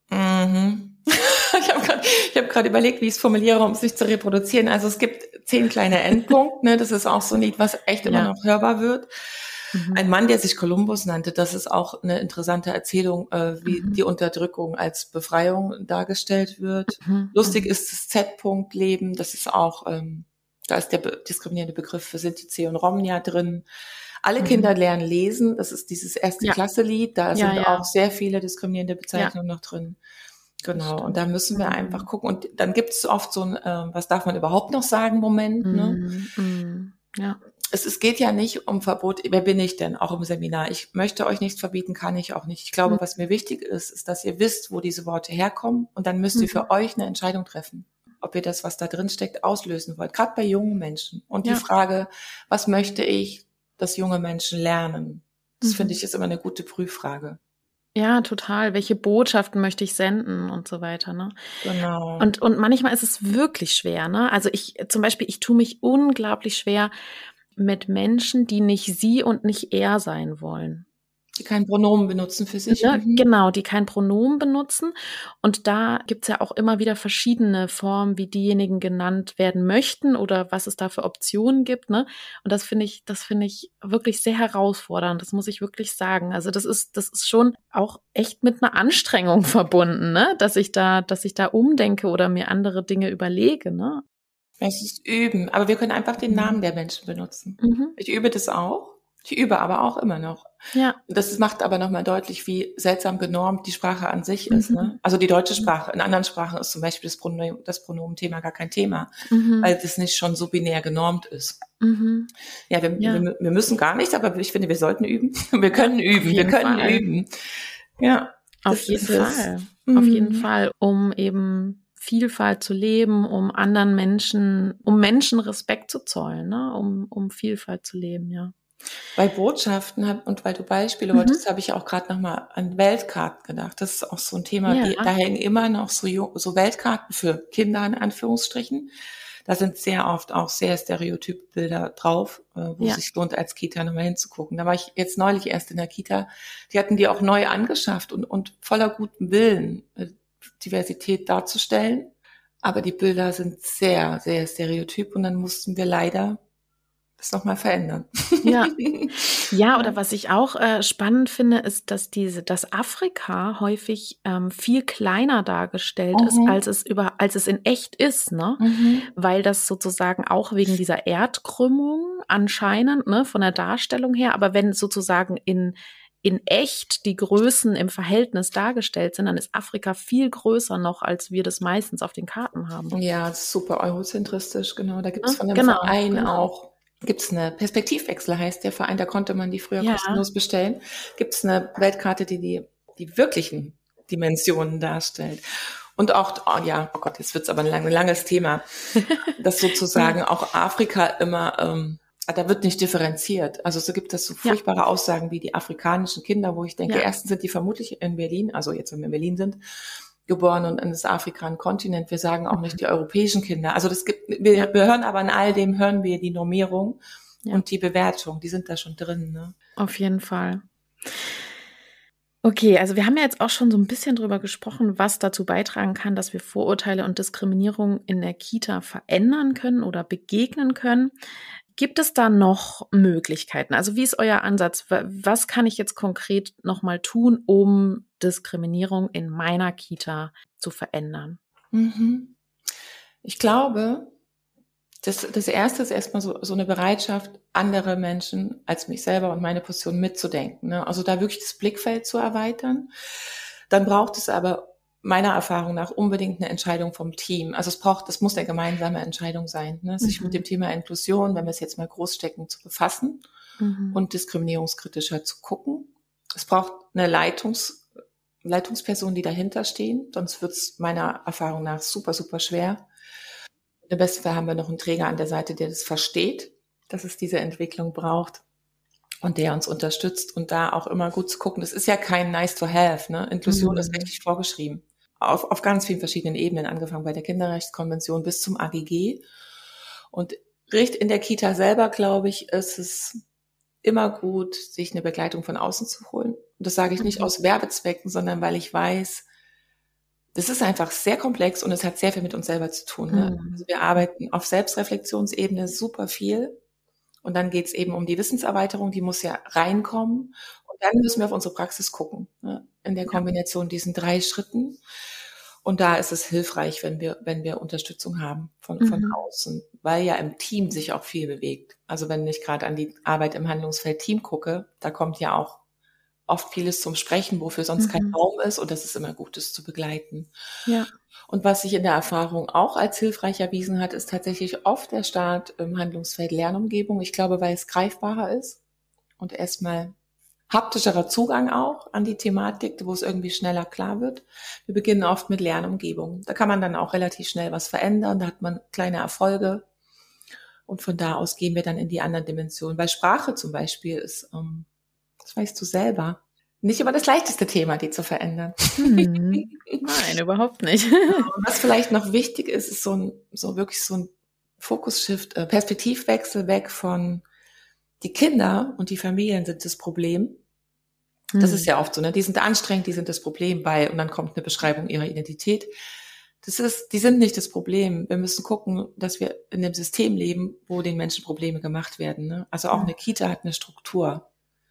Mhm. Ich habe gerade ich hab gerade überlegt, wie ich es formuliere, um es nicht zu reproduzieren. Also es gibt zehn kleine Endpunkte. Ne? Das ist auch so ein Lied, was echt immer Ja. noch hörbar wird. Mhm. Ein Mann, der sich Kolumbus nannte, das ist auch eine interessante Erzählung, äh, wie Mhm. die Unterdrückung als Befreiung dargestellt wird. Mhm. Lustig ist das Z-Punkt-Leben, das ist auch, ähm, da ist der be- diskriminierende Begriff für Sinti und Romnia drin. Alle Mhm. Kinder lernen lesen, das ist dieses erste Ja. Klasse-Lied, da Ja, sind ja. auch sehr viele diskriminierende Bezeichnungen noch drin. Genau, stimmt. und da müssen wir Mhm. einfach gucken. Und dann gibt es oft so ein, äh, was darf man überhaupt noch sagen, Moment, ne? Mhm. Mhm. Ja. Es, es geht ja nicht um Verbot. Wer bin ich denn? Auch im Seminar. Ich möchte euch nichts verbieten, kann ich auch nicht. Ich glaube, Mhm. was mir wichtig ist, ist, dass ihr wisst, wo diese Worte herkommen. Und dann müsst ihr Mhm. für euch eine Entscheidung treffen, ob ihr das, was da drin steckt, auslösen wollt. Gerade bei jungen Menschen. Und Ja. die Frage, was möchte ich, dass junge Menschen lernen? Das Mhm. finde ich ist immer eine gute Prüffrage. Ja, total. Welche Botschaften möchte ich senden und so weiter, ne? Genau. Und, und manchmal ist es wirklich schwer, ne? Also ich, zum Beispiel, ich tue mich unglaublich schwer mit Menschen, die nicht sie und nicht er sein wollen. die kein Pronomen benutzen für sich. Ne? Mhm. Genau, die kein Pronomen benutzen. Und da gibt's ja auch immer wieder verschiedene Formen, wie diejenigen genannt werden möchten oder was es da für Optionen gibt. Ne? Und das finde ich, das finde ich wirklich sehr herausfordernd. Das muss ich wirklich sagen. Also das ist, das ist schon auch echt mit einer Anstrengung verbunden, ne? Dass ich da, dass ich da umdenke oder mir andere Dinge überlege. Ne? Es ist Üben. Aber wir können einfach den Namen der Menschen benutzen. Mhm. Ich übe das auch. Ich übe aber auch immer noch. Ja. Das macht aber nochmal deutlich, wie seltsam genormt die Sprache an sich Mhm. ist. Ne? Also die deutsche Sprache. In anderen Sprachen ist zum Beispiel das, Pronomen, das Pronomenthema gar kein Thema, Mhm. weil das nicht schon so binär genormt ist. Mhm. Ja, wir, Ja. wir, wir müssen gar nichts, aber ich finde, wir sollten üben. Wir können üben. Wir jeden können Fall. üben. Ja. Auf das jeden ist es. Fall. Mhm. Auf jeden Fall, um eben Vielfalt zu leben, um anderen Menschen, um Menschen Respekt zu zollen, ne? um, um Vielfalt zu leben, ja. Bei Botschaften hab, und weil du Beispiele Mhm. wolltest, habe ich auch gerade nochmal an Weltkarten gedacht. Das ist auch so ein Thema, Ja. die, da hängen immer noch so, ju- so Weltkarten für Kinder in Anführungsstrichen. Da sind sehr oft auch sehr stereotype Bilder drauf, äh, wo Ja. es sich lohnt, als Kita nochmal hinzugucken. Da war ich jetzt neulich erst in der Kita. Die hatten die auch neu angeschafft und, und voller guten Willen, äh, Diversität darzustellen. Aber die Bilder sind sehr, sehr stereotyp und dann mussten wir leider das nochmal verändern. Ja. Ja, oder was ich auch äh, spannend finde, ist, dass diese, dass Afrika häufig ähm, viel kleiner dargestellt Mhm. ist, als es über, als es in echt ist, ne? Mhm. Weil das sozusagen auch wegen dieser Erdkrümmung anscheinend, ne, von der Darstellung her, aber wenn sozusagen in in echt die Größen im Verhältnis dargestellt sind, dann ist Afrika viel größer noch, als wir das meistens auf den Karten haben. Ja, das ist super eurozentristisch, genau. Da gibt es Ja, von dem genau, Verein genau. auch, gibt es eine Perspektivwechsel, heißt der Verein, da konnte man die früher Ja. kostenlos bestellen. Gibt es eine Weltkarte, die, die die wirklichen Dimensionen darstellt. Und auch, oh ja, oh Gott, jetzt wird's aber ein lang, langes Thema, dass sozusagen auch Afrika immer, ähm, da wird nicht differenziert. Also so gibt es so Ja. furchtbare Aussagen wie die afrikanischen Kinder, wo ich denke, Ja. erstens sind die vermutlich in Berlin, also jetzt, wenn wir in Berlin sind, geboren und in das Afrika ein Kontinent. Wir sagen auch nicht die europäischen Kinder. Also das gibt, wir, wir hören aber in all dem, hören wir die Normierung ja. und die Bewertung, die sind da schon drin. Ne? Auf jeden Fall. Okay, also wir haben ja jetzt auch schon so ein bisschen drüber gesprochen, was dazu beitragen kann, dass wir Vorurteile und Diskriminierung in der Kita verändern können oder begegnen können. Gibt es da noch Möglichkeiten? Also wie ist euer Ansatz? Was kann ich jetzt konkret nochmal tun, um Diskriminierung in meiner Kita zu verändern? Mhm. Ich glaube, das, das Erste ist erstmal so, so eine Bereitschaft, andere Menschen als mich selber und meine Position mitzudenken. Ne? Also da wirklich das Blickfeld zu erweitern. Dann braucht es aber meiner Erfahrung nach unbedingt eine Entscheidung vom Team. Also es braucht, das muss eine gemeinsame Entscheidung sein, ne? sich mhm. mit dem Thema Inklusion, wenn wir es jetzt mal groß stecken, zu befassen mhm. und diskriminierungskritischer zu gucken. Es braucht eine Leitungs, Leitungsperson, die dahinter stehen, sonst wird es meiner Erfahrung nach super, super schwer. Im besten Fall haben wir noch einen Träger an der Seite, der das versteht, dass es diese Entwicklung braucht und der uns unterstützt und da auch immer gut zu gucken. Das ist ja kein nice to have, ne? Inklusion mhm. ist richtig vorgeschrieben. Auf, auf ganz vielen verschiedenen Ebenen, angefangen bei der Kinderrechtskonvention bis zum A G G. Und in der Kita selber, glaube ich, ist es immer gut, sich eine Begleitung von außen zu holen. Und das sage ich nicht mhm. aus Werbezwecken, sondern weil ich weiß, das ist einfach sehr komplex und es hat sehr viel mit uns selber zu tun. Ne? Mhm. Also wir arbeiten auf Selbstreflexionsebene super viel und dann geht es eben um die Wissenserweiterung, die muss ja reinkommen und dann müssen wir auf unsere Praxis gucken, ne? In der Kombination diesen drei Schritten. Und da ist es hilfreich, wenn wir wenn wir Unterstützung haben von, mhm. von außen, weil ja im Team sich auch viel bewegt. Also wenn ich gerade an die Arbeit im Handlungsfeld Team gucke, da kommt ja auch oft vieles zum Sprechen, wofür sonst mhm. kein Raum ist und das ist immer gut, das zu begleiten. Ja. Und was sich in der Erfahrung auch als hilfreich erwiesen hat, ist tatsächlich oft der Start im Handlungsfeld Lernumgebung. Ich glaube, weil es greifbarer ist und erstmal haptischerer Zugang auch an die Thematik, wo es irgendwie schneller klar wird. Wir beginnen oft mit Lernumgebung. Da kann man dann auch relativ schnell was verändern, da hat man kleine Erfolge und von da aus gehen wir dann in die anderen Dimensionen. Bei Sprache zum Beispiel ist ähm, das weißt du selber, nicht immer das leichteste Thema, die zu verändern. Hm. Nein, überhaupt nicht. Was vielleicht noch wichtig ist, ist so ein, so wirklich so ein Fokus-Shift, äh, Perspektivwechsel weg von die Kinder und die Familien sind das Problem. Hm. Das ist ja oft so, ne? Die sind anstrengend, die sind das Problem bei, und dann kommt eine Beschreibung ihrer Identität. Das ist, die sind nicht das Problem. Wir müssen gucken, dass wir in dem System leben, wo den Menschen Probleme gemacht werden. Ne? Also auch eine Kita hat eine Struktur.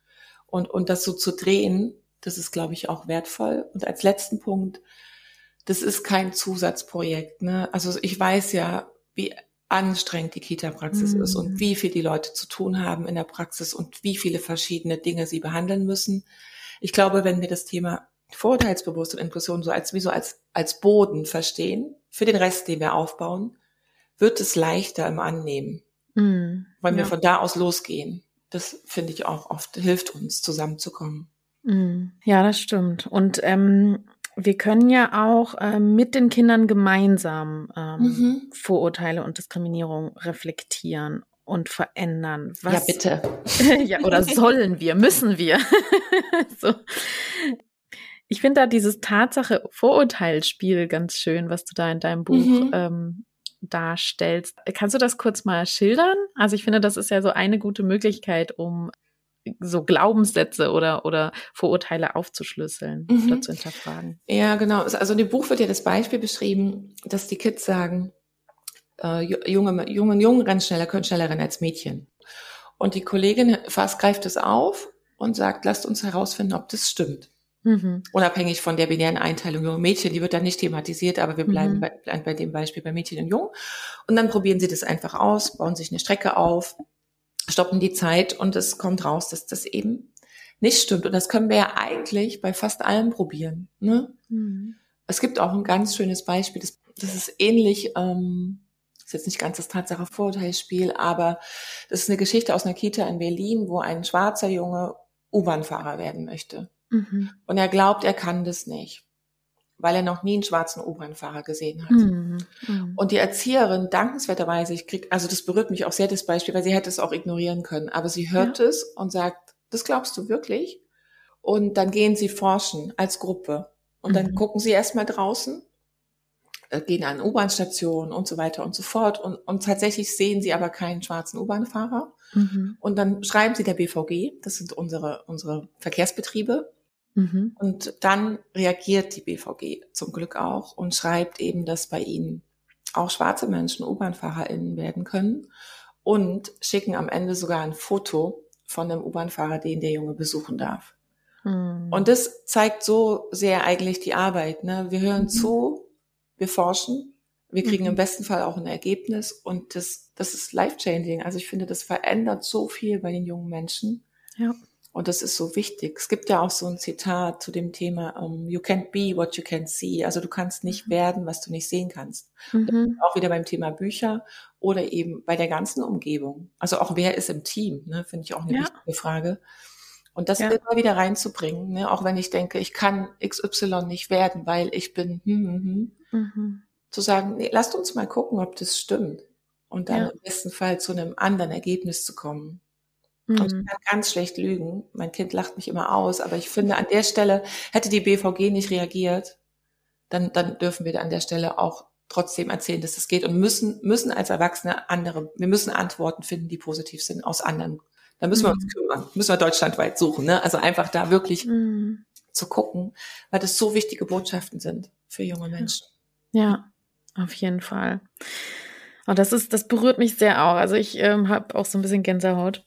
Und, und das so zu drehen, das ist, glaube ich, auch wertvoll. Und als letzten Punkt, das ist kein Zusatzprojekt. Ne? Also ich weiß ja, wie anstrengend die Kita-Praxis mhm. ist und wie viel die Leute zu tun haben in der Praxis und wie viele verschiedene Dinge sie behandeln müssen. Ich glaube, wenn wir das Thema Vorurteilsbewusst und Inklusion so als, wie so als, als Boden verstehen, für den Rest, den wir aufbauen, wird es leichter im Annehmen, mhm. weil ja. wir von da aus losgehen. Das finde ich auch oft, hilft uns, zusammenzukommen. Ja, das stimmt. Und ähm, wir können ja auch ähm, mit den Kindern gemeinsam ähm, mhm. Vorurteile und Diskriminierung reflektieren und verändern. Was, ja, bitte. ja, oder sollen wir, müssen wir. so. Ich finde da dieses Tatsache-Vorurteilsspiel ganz schön, was du da in deinem Buch mhm. ähm, darstellst. Kannst du das kurz mal schildern? Also ich finde, das ist ja so eine gute Möglichkeit, um so Glaubenssätze oder oder Vorurteile aufzuschlüsseln mhm. oder zu hinterfragen. Ja, genau. Also in dem Buch wird ja das Beispiel beschrieben, dass die Kids sagen, äh, Junge, Jungen, Jungen rennen schneller, können schneller rennen als Mädchen. Und die Kollegin fast greift es auf und sagt, lasst uns herausfinden, ob das stimmt. Mhm. Unabhängig von der binären Einteilung junge Mädchen, die wird dann nicht thematisiert, aber wir bleiben, mhm. bei, bleiben bei dem Beispiel bei Mädchen und Jungen. Und dann probieren sie das einfach aus, bauen sich eine Strecke auf, stoppen die Zeit und es kommt raus, dass das eben nicht stimmt. Und das können wir ja eigentlich bei fast allem probieren. Ne? Mhm. Es gibt auch ein ganz schönes Beispiel, das, das ist ähnlich, ähm, ist jetzt nicht ganz das Tatsache-Vorurteilsspiel, aber das ist eine Geschichte aus einer Kita in Berlin, wo ein schwarzer Junge U-Bahn-Fahrer werden möchte. Mhm. Und er glaubt, er kann das nicht, weil er noch nie einen schwarzen U-Bahn-Fahrer gesehen hat. Mhm. Mhm. Und die Erzieherin, dankenswerterweise, ich krieg, also das berührt mich auch sehr, das Beispiel, weil sie hätte es auch ignorieren können, aber sie hört ja. es und sagt, das glaubst du wirklich? Und dann gehen sie forschen als Gruppe. Und dann Mhm. gucken sie erstmal draußen, äh, gehen an U-Bahn-Stationen und so weiter und so fort. Und, und tatsächlich sehen sie aber keinen schwarzen U-Bahn-Fahrer. Mhm. Und dann schreiben sie der B V G, das sind unsere, unsere Verkehrsbetriebe. Mhm. Und dann reagiert die B V G zum Glück auch und schreibt eben, dass bei ihnen auch schwarze Menschen U-Bahn-FahrerInnen werden können und schicken am Ende sogar ein Foto von einem U-Bahn-Fahrer, den der Junge besuchen darf. Mhm. Und das zeigt so sehr eigentlich die Arbeit, ne? Wir hören Mhm. zu, wir forschen, wir kriegen Mhm. im besten Fall auch ein Ergebnis und das, das ist life-changing. Also ich finde, das verändert so viel bei den jungen Menschen. Ja. Und das ist so wichtig. Es gibt ja auch so ein Zitat zu dem Thema, um, you can't be what you can't see. Also du kannst nicht werden, was du nicht sehen kannst. Mhm. Auch wieder beim Thema Bücher oder eben bei der ganzen Umgebung. Also auch wer ist im Team, ne, finde ich auch eine Ja. wichtige Frage. Und das Ja. immer wieder reinzubringen, ne, auch wenn ich denke, ich kann X Y nicht werden, weil ich bin, hm, hm, hm, Mhm. zu sagen, nee, lasst uns mal gucken, ob das stimmt. Und dann Ja. im besten Fall zu einem anderen Ergebnis zu kommen. Und ich Mhm. kann ganz schlecht lügen. Mein Kind lacht mich immer aus. Aber ich finde, an der Stelle hätte die B V G nicht reagiert, dann, dann dürfen wir an der Stelle auch trotzdem erzählen, dass es geht und müssen, müssen als Erwachsene andere, wir müssen Antworten finden, die positiv sind aus anderen. Da müssen wir uns Mhm. kümmern. Müssen wir deutschlandweit suchen, ne? Also einfach da wirklich Mhm. zu gucken, weil das so wichtige Botschaften sind für junge Menschen. Ja, auf jeden Fall. Und das ist, das berührt mich sehr auch. Also ich ähm, habe auch so ein bisschen Gänsehaut.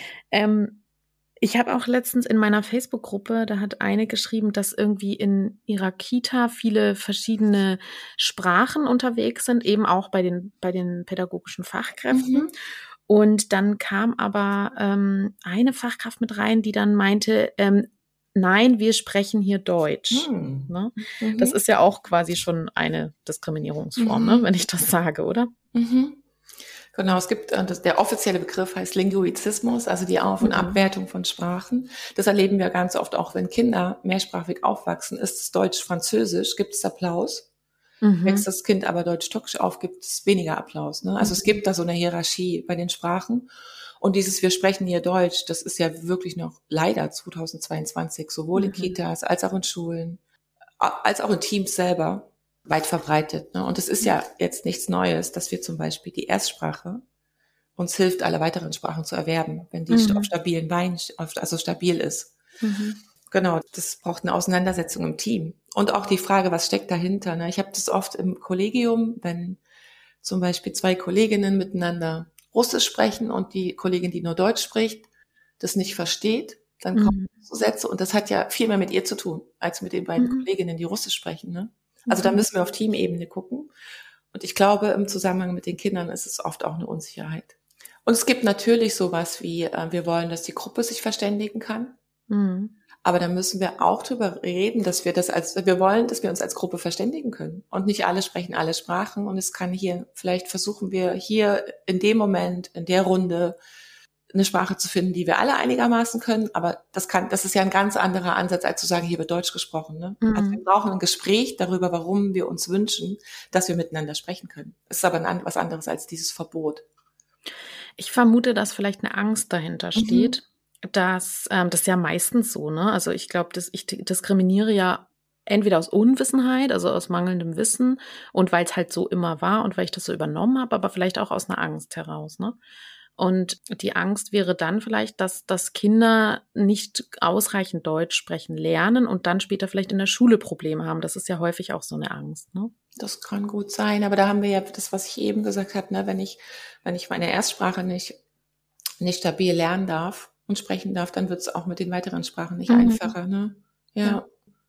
Ähm, ich habe auch letztens in meiner Facebook-Gruppe, da hat eine geschrieben, dass irgendwie in ihrer Kita viele verschiedene Sprachen unterwegs sind, eben auch bei den bei den pädagogischen Fachkräften. Mhm. Und dann kam aber ähm, eine Fachkraft mit rein, die dann meinte, ähm, nein, wir sprechen hier Deutsch. Hm. Ne? Mhm. Das ist ja auch quasi schon eine Diskriminierungsform, Mhm. ne, wenn ich das sage, oder? Mhm. Genau, es gibt, äh, das, der offizielle Begriff heißt Linguizismus, also die Auf- und Mhm. Abwertung von Sprachen. Das erleben wir ganz oft auch, wenn Kinder mehrsprachig aufwachsen. Ist es Deutsch-Französisch, gibt es Applaus. Mhm. Wächst das Kind aber Deutsch-Türkisch auf, gibt es weniger Applaus. Ne? Also Mhm. es gibt da so eine Hierarchie bei den Sprachen. Und dieses Wir sprechen hier Deutsch, das ist ja wirklich noch leider zweitausendzweiundzwanzig, sowohl in Mhm. Kitas als auch in Schulen, a- als auch in Teams selber weit verbreitet. Ne? Und es ist ja jetzt nichts Neues, dass wir zum Beispiel die Erstsprache uns hilft, alle weiteren Sprachen zu erwerben, wenn die Mhm. auf stabilen Beinen, auf- also stabil ist. Mhm. Genau, das braucht eine Auseinandersetzung im Team. Und auch die Frage, was steckt dahinter? Ne? Ich habe das oft im Kollegium, wenn zum Beispiel zwei Kolleginnen miteinander Russisch sprechen und die Kollegin, die nur Deutsch spricht, das nicht versteht, dann kommen Mhm. so Sätze und das hat ja viel mehr mit ihr zu tun, als mit den beiden Mhm. Kolleginnen, die Russisch sprechen. Ne? Also da Mhm. müssen wir auf Teamebene gucken. Und ich glaube, im Zusammenhang mit den Kindern ist es oft auch eine Unsicherheit. Und es gibt natürlich sowas wie, äh, wir wollen, dass die Gruppe sich verständigen kann. Mhm. Aber da müssen wir auch drüber reden, dass wir das als, wir wollen, dass wir uns als Gruppe verständigen können. Und nicht alle sprechen alle Sprachen. Und es kann hier, vielleicht versuchen wir hier in dem Moment, in der Runde, eine Sprache zu finden, die wir alle einigermaßen können. Aber das kann, das ist ja ein ganz anderer Ansatz, als zu sagen, hier wird Deutsch gesprochen, ne? Mhm. Also wir brauchen ein Gespräch darüber, warum wir uns wünschen, dass wir miteinander sprechen können. Es ist aber ein, was anderes als dieses Verbot. Ich vermute, dass vielleicht eine Angst dahinter steht, dass ähm, das ist ja meistens so, ne? Also ich glaube, dass ich diskriminiere ja entweder aus Unwissenheit, also aus mangelndem Wissen und weil es halt so immer war und weil ich das so übernommen habe, aber vielleicht auch aus einer Angst heraus, ne? Und die Angst wäre dann vielleicht, dass, dass Kinder nicht ausreichend Deutsch sprechen lernen und dann später vielleicht in der Schule Probleme haben. Das ist ja häufig auch so eine Angst, ne? Das kann gut sein, aber da haben wir ja das, was ich eben gesagt habe, ne, wenn ich, wenn ich meine Erstsprache nicht, nicht stabil lernen darf und sprechen darf, dann wird es auch mit den weiteren Sprachen nicht Mhm. einfacher, ne? Ja. Ja.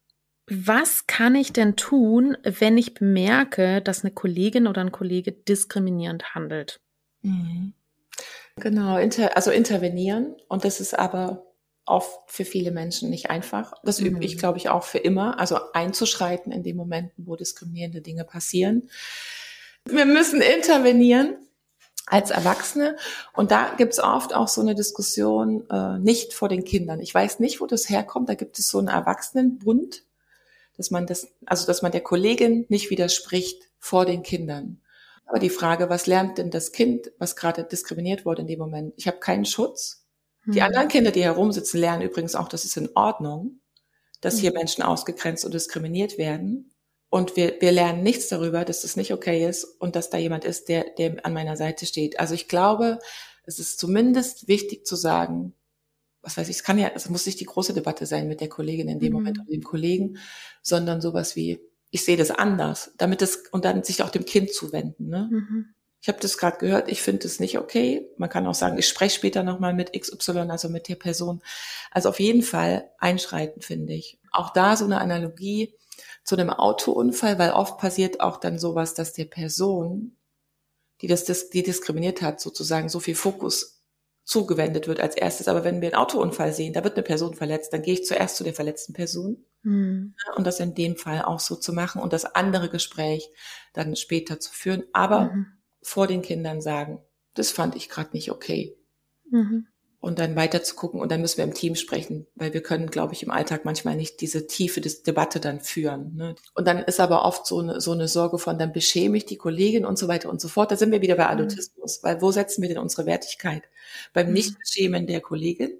Was kann ich denn tun, wenn ich bemerke, dass eine Kollegin oder ein Kollege diskriminierend handelt? Mhm. Genau, inter, also intervenieren. Und das ist aber oft für viele Menschen nicht einfach. Das Mhm. übe ich, glaube ich, auch für immer. Also einzuschreiten in den Momenten, wo diskriminierende Dinge passieren. Wir müssen intervenieren als Erwachsene. Und da gibt es oft auch so eine Diskussion, äh, nicht vor den Kindern. Ich weiß nicht, wo das herkommt. Da gibt es so einen Erwachsenenbund, dass man das, also dass man der Kollegin nicht widerspricht vor den Kindern. Aber die Frage, was lernt denn das Kind, was gerade diskriminiert wurde in dem Moment? Ich habe keinen Schutz. Die Mhm. anderen Kinder, die herumsitzen, lernen übrigens auch, das ist in Ordnung, dass hier Menschen ausgegrenzt und diskriminiert werden. Und wir, wir lernen nichts darüber, dass das nicht okay ist und dass da jemand ist, der, der an meiner Seite steht. Also ich glaube, es ist zumindest wichtig zu sagen, was weiß ich, es kann ja, es muss nicht die große Debatte sein mit der Kollegin in dem mhm. Moment oder dem Kollegen, sondern sowas wie, ich sehe das anders, damit es, und dann sich auch dem Kind zuwenden. Ne? Mhm. Ich habe das gerade gehört, ich finde das nicht okay. Man kann auch sagen, ich spreche später nochmal mit X Y, also mit der Person. Also auf jeden Fall einschreiten, finde ich. Auch da so eine Analogie zu einem Autounfall, weil oft passiert auch dann sowas, dass der Person, die das, die diskriminiert hat, sozusagen so viel Fokus zugewendet wird als erstes. Aber wenn wir einen Autounfall sehen, da wird eine Person verletzt, dann gehe ich zuerst zu der verletzten Person. Mhm. Und das in dem Fall auch so zu machen und das andere Gespräch dann später zu führen. Aber mhm. vor den Kindern sagen, das fand ich gerade nicht okay. Mhm. Und dann weiter zu gucken und dann müssen wir im Team sprechen, weil wir können, glaube ich, im Alltag manchmal nicht diese tiefe Debatte dann führen. Ne? Und dann ist aber oft so eine, so eine Sorge von, dann beschäme ich die Kollegin und so weiter und so fort. Da sind wir wieder bei Adultismus, weil wo setzen wir denn unsere Wertigkeit? Beim Nicht-Beschämen der Kollegin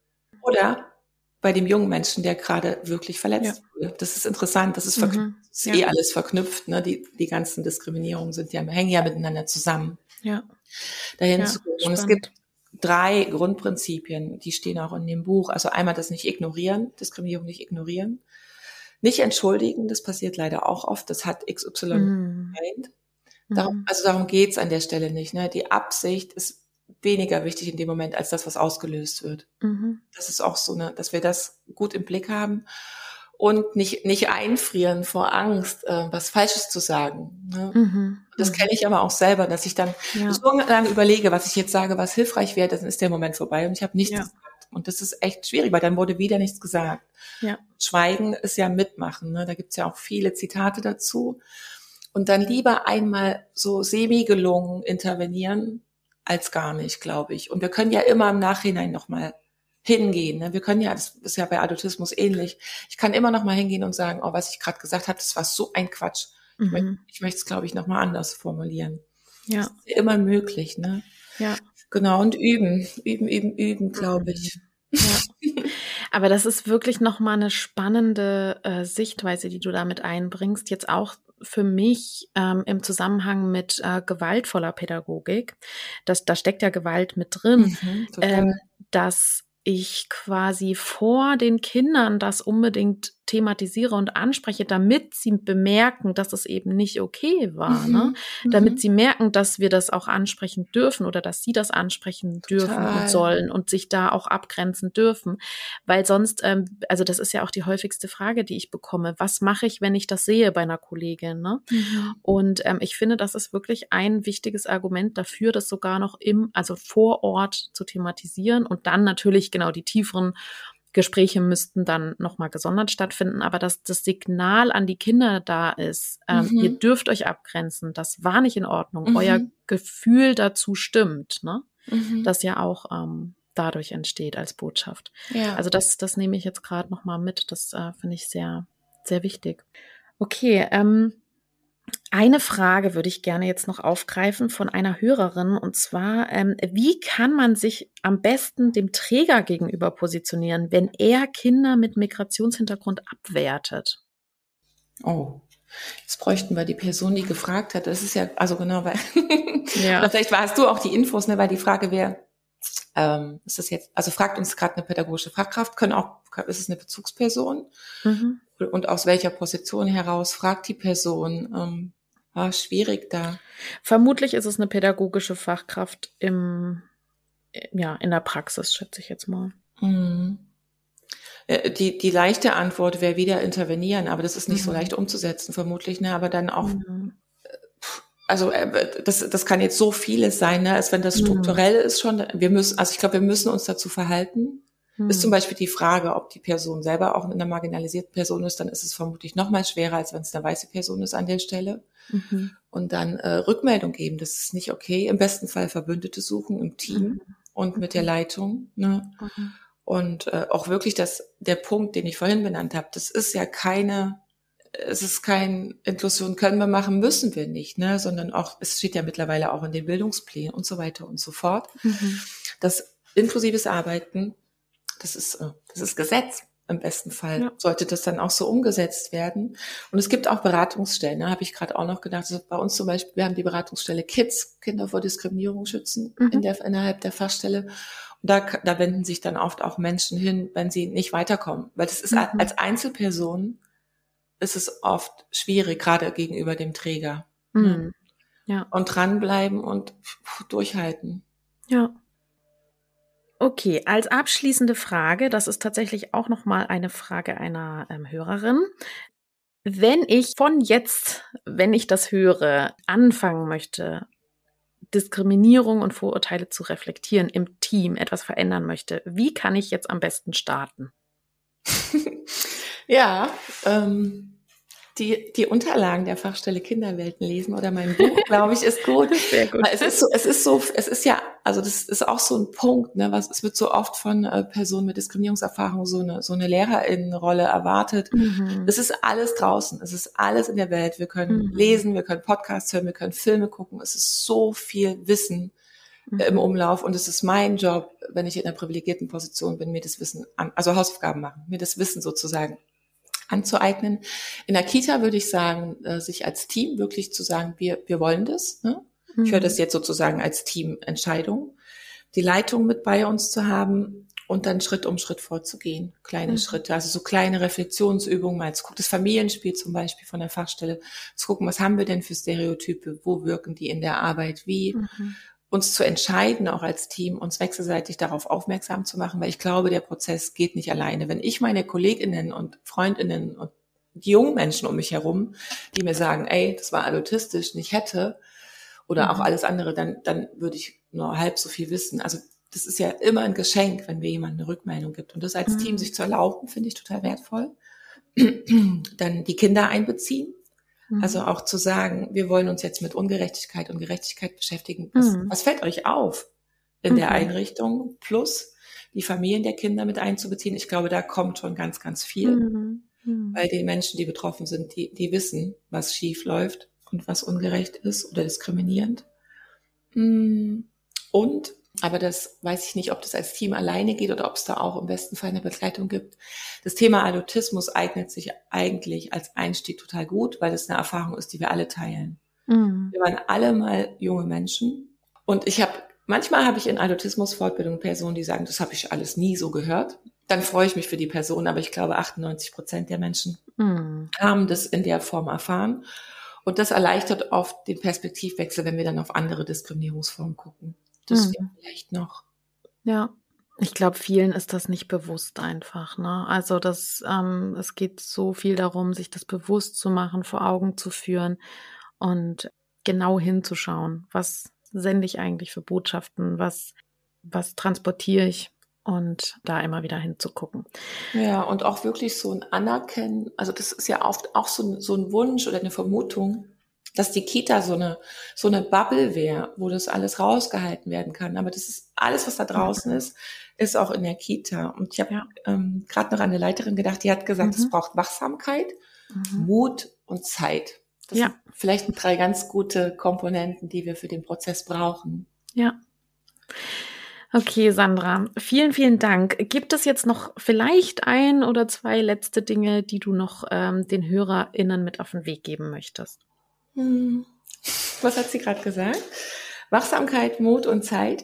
oder bei dem jungen Menschen, der gerade wirklich verletzt ja. wurde? Das ist interessant, das ist, verknüpft, mhm. das ist ja. eh alles verknüpft. Ne? Die, die ganzen Diskriminierungen sind ja, hängen ja miteinander zusammen. Ja. Dahin ja, zu gucken. Und es gibt drei Grundprinzipien, die stehen auch in dem Buch. Also einmal das nicht ignorieren, Diskriminierung nicht ignorieren. Nicht entschuldigen, das passiert leider auch oft. Das hat X Y gemeint. Mhm. Darum, also darum geht's an der Stelle nicht. Ne? Die Absicht ist weniger wichtig in dem Moment als das, was ausgelöst wird. Mhm. Das ist auch so, ne, dass wir das gut im Blick haben und nicht nicht einfrieren vor Angst, äh, was Falsches zu sagen. Ne? Mhm. Das kenne ich aber auch selber, dass ich dann ja. so lange überlege, was ich jetzt sage, was hilfreich wäre, dann ist der Moment vorbei und ich habe nichts ja. gesagt. Und das ist echt schwierig, weil dann wurde wieder nichts gesagt. Ja. Schweigen ist ja mitmachen. Ne? Da gibt's ja auch viele Zitate dazu. Und dann lieber einmal so semi-gelungen intervenieren, als gar nicht, glaube ich. Und wir können ja immer im Nachhinein nochmal hingehen. Ne? Wir können ja, das ist ja bei Adultismus ähnlich, ich kann immer nochmal hingehen und sagen, oh, was ich gerade gesagt habe, das war so ein Quatsch. Mhm. Ich, möchte, ich möchte es, glaube ich, nochmal anders formulieren. Ja. Das ist ja immer möglich, ne? Ja. Genau, und üben, üben, üben, üben, glaube ich. Ja. Aber das ist wirklich nochmal eine spannende äh, Sichtweise, die du damit einbringst, jetzt auch für mich ähm, im Zusammenhang mit äh, gewaltvoller Pädagogik. Das, da steckt ja Gewalt mit drin, mhm, ähm, dass ich quasi vor den Kindern das unbedingt thematisiere und anspreche, damit sie bemerken, dass es eben nicht okay war, mhm. ne? Damit mhm. sie merken, dass wir das auch ansprechen dürfen oder dass sie das ansprechen dürfen Total. Und sollen und sich da auch abgrenzen dürfen. Weil sonst, ähm, also das ist ja auch die häufigste Frage, die ich bekomme. Was mache ich, wenn ich das sehe bei einer Kollegin? Ne? Mhm. Und ähm, ich finde, das ist wirklich ein wichtiges Argument dafür, das sogar noch im, also vor Ort zu thematisieren und dann natürlich genau die tieferen Gespräche müssten dann nochmal gesondert stattfinden, aber dass das Signal an die Kinder da ist, ähm, mhm. ihr dürft euch abgrenzen, das war nicht in Ordnung, mhm. euer Gefühl dazu stimmt, ne? Mhm. Das ja auch ähm, dadurch entsteht als Botschaft. Ja. Also das, das nehme ich jetzt gerade nochmal mit, das äh, finde ich sehr, sehr wichtig. Okay, ähm, eine Frage würde ich gerne jetzt noch aufgreifen von einer Hörerin und zwar, ähm, wie kann man sich am besten dem Träger gegenüber positionieren, wenn er Kinder mit Migrationshintergrund abwertet? Oh, jetzt bräuchten wir die Person, die gefragt hat. Das ist ja, also genau, weil ja. Oder vielleicht warst du auch die Infos, ne, weil die Frage wäre, ähm, ist das jetzt, also fragt uns gerade eine pädagogische Fachkraft, können auch, ist es eine Bezugsperson? Mhm. Und aus welcher Position heraus fragt die Person? Ähm, war schwierig da. Vermutlich ist es eine pädagogische Fachkraft im, ja, in der Praxis, schätze ich jetzt mal. Mhm. Die, die leichte Antwort wäre wieder intervenieren, aber das ist nicht mhm. so leicht umzusetzen, vermutlich, ne, aber dann auch, mhm. also das, das kann jetzt so vieles sein, ne, als wenn das strukturell mhm. ist schon, wir müssen, also ich glaube, wir müssen uns dazu verhalten. Ist zum Beispiel die Frage, ob die Person selber auch eine marginalisierte Person ist, dann ist es vermutlich noch mal schwerer, als wenn es eine weiße Person ist an der Stelle. Mhm. Und dann äh, Rückmeldung geben, das ist nicht okay. Im besten Fall Verbündete suchen im Team mhm. und mit der Leitung. Ne? Mhm. Und äh, auch wirklich das, der Punkt, den ich vorhin benannt habe, das ist ja keine, es ist kein Inklusion können wir machen, müssen wir nicht, ne? Sondern auch, es steht ja mittlerweile auch in den Bildungsplänen und so weiter und so fort. Mhm. Das inklusives Arbeiten, Das ist, das ist Gesetz. Im besten Fall Ja. sollte das dann auch so umgesetzt werden. Und es gibt auch Beratungsstellen, da habe ich gerade auch noch gedacht, also bei uns zum Beispiel, wir haben die Beratungsstelle Kids, Kinder vor Diskriminierung schützen, Mhm. in der, innerhalb der Fachstelle. Und da, da wenden sich dann oft auch Menschen hin, wenn sie nicht weiterkommen. Weil das ist Mhm. als Einzelperson ist es oft schwierig, gerade gegenüber dem Träger. Ne? Mhm. Ja. Und dranbleiben und durchhalten. Ja. Okay, als abschließende Frage, das ist tatsächlich auch nochmal eine Frage einer ähm, Hörerin. Wenn ich von jetzt, wenn ich das höre, anfangen möchte, Diskriminierung und Vorurteile zu reflektieren im Team, etwas verändern möchte, wie kann ich jetzt am besten starten? Ja, ähm, die, die Unterlagen der Fachstelle Kinderwelten lesen oder mein Buch, glaube ich, ist gut. Sehr gut. Weil es ist so, es ist so, es ist ja, also das ist auch so ein Punkt, ne, was, es wird so oft von äh, Personen mit Diskriminierungserfahrung so eine, so eine Lehrerinnenrolle erwartet. Mhm. Es ist alles draußen, es ist alles in der Welt. Wir können Mhm. lesen, wir können Podcasts hören, wir können Filme gucken. Es ist so viel Wissen Mhm. im Umlauf und es ist mein Job, wenn ich in einer privilegierten Position bin, mir das Wissen, an, also Hausaufgaben machen, mir das Wissen sozusagen anzueignen. In der Kita würde ich sagen, äh, sich als Team wirklich zu sagen, wir, wir wollen das. Ne? Mhm. Ich höre das jetzt sozusagen als Teamentscheidung, die Leitung mit bei uns zu haben und dann Schritt um Schritt vorzugehen. Kleine Mhm. Schritte, also so kleine Reflexionsübungen, mal zu gucken, das Familienspiel zum Beispiel von der Fachstelle, zu gucken, was haben wir denn für Stereotype, wo wirken die in der Arbeit, wie, Mhm. uns zu entscheiden, auch als Team, uns wechselseitig darauf aufmerksam zu machen, weil ich glaube, der Prozess geht nicht alleine. Wenn ich meine KollegInnen und FreundInnen und die jungen Menschen um mich herum, die mir sagen, ey, das war autistisch, nicht hätte, oder Mhm. auch alles andere, dann, dann würde ich nur halb so viel wissen. Also das ist ja immer ein Geschenk, wenn mir jemand eine Rückmeldung gibt. Und das als Mhm. Team sich zu erlauben, finde ich total wertvoll. Dann die Kinder einbeziehen. Mhm. Also auch zu sagen, wir wollen uns jetzt mit Ungerechtigkeit und Gerechtigkeit beschäftigen. Was, Mhm. was fällt euch auf in der Mhm. Einrichtung? Plus die Familien der Kinder mit einzubeziehen. Ich glaube, da kommt schon ganz, ganz viel. Mhm. Mhm. Weil die Menschen, die betroffen sind, die, die wissen, was schief läuft und was ungerecht ist oder diskriminierend. Und, aber das weiß ich nicht, ob das als Team alleine geht oder ob es da auch im besten Fall eine Begleitung gibt. Das Thema Autismus eignet sich eigentlich als Einstieg total gut, weil es eine Erfahrung ist, die wir alle teilen. Mhm. Wir waren alle mal junge Menschen und ich habe, manchmal habe ich in Autismus-Fortbildungen Personen, die sagen, das habe ich alles nie so gehört. Dann freue ich mich für die Person, aber ich glaube, achtundneunzig Prozent der Menschen Mhm. haben das in der Form erfahren. Und das erleichtert oft den Perspektivwechsel, wenn wir dann auf andere Diskriminierungsformen gucken. Das Mhm. wäre vielleicht noch. Ja, ich glaube, vielen ist das nicht bewusst einfach, ne? Also das, ähm, es geht so viel darum, sich das bewusst zu machen, vor Augen zu führen und genau hinzuschauen, was sende ich eigentlich für Botschaften, was, was transportiere ich und da immer wieder hinzugucken. Ja, und auch wirklich so ein Anerkennen, also das ist ja oft auch so ein, so ein Wunsch oder eine Vermutung, dass die Kita so eine, so eine Bubble wäre, wo das alles rausgehalten werden kann. Aber das ist alles, was da draußen ist, ist auch in der Kita. Und ich habe Ja. ähm, gerade noch an eine Leiterin gedacht, die hat gesagt, Mhm. es braucht Wachsamkeit, Mhm. Mut und Zeit. Das Ja. sind vielleicht drei ganz gute Komponenten, die wir für den Prozess brauchen. Ja. Okay, Sandra, vielen, vielen Dank. Gibt es jetzt noch vielleicht ein oder zwei letzte Dinge, die du noch ähm, den HörerInnen mit auf den Weg geben möchtest? Hm. Was hat sie gerade gesagt? Wachsamkeit, Mut und Zeit.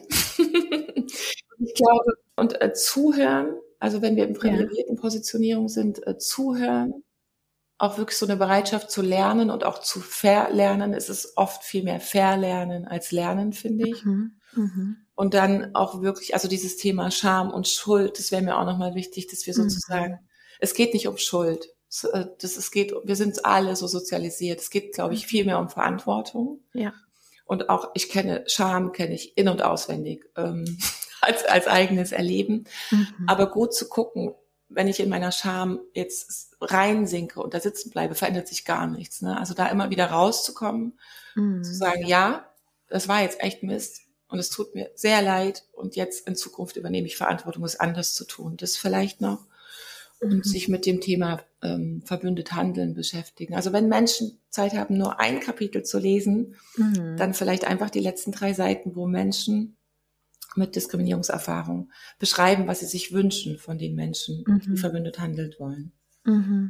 Ich glaube, und äh, zuhören, also wenn wir in privilegierten Positionierung sind, äh, zuhören, auch wirklich so eine Bereitschaft zu lernen und auch zu verlernen. Es ist oft viel mehr Verlernen als Lernen, finde ich. Mhm. Mhm. Und dann auch wirklich, also dieses Thema Scham und Schuld, das wäre mir auch nochmal wichtig, dass wir sozusagen, mhm. es geht nicht um Schuld. Das, es geht, wir sind alle so sozialisiert. Es geht, glaube ich, viel mehr um Verantwortung. Ja. Und auch, ich kenne Scham, kenne ich in- und auswendig, ähm, als, als eigenes Erleben. Mhm. Aber gut zu gucken, wenn ich in meiner Scham jetzt reinsinke und da sitzen bleibe, verändert sich gar nichts. Ne? Also da immer wieder rauszukommen, mhm. zu sagen, ja, das war jetzt echt Mist und es tut mir sehr leid und jetzt in Zukunft übernehme ich Verantwortung, es anders zu tun. Das vielleicht noch. Und mhm. sich mit dem Thema ähm, verbündet handeln beschäftigen. Also wenn Menschen Zeit haben, nur ein Kapitel zu lesen, mhm. dann vielleicht einfach die letzten drei Seiten, wo Menschen mit Diskriminierungserfahrung beschreiben, was sie sich wünschen von den Menschen, Mhm. die verbündet handelt wollen. Mhm.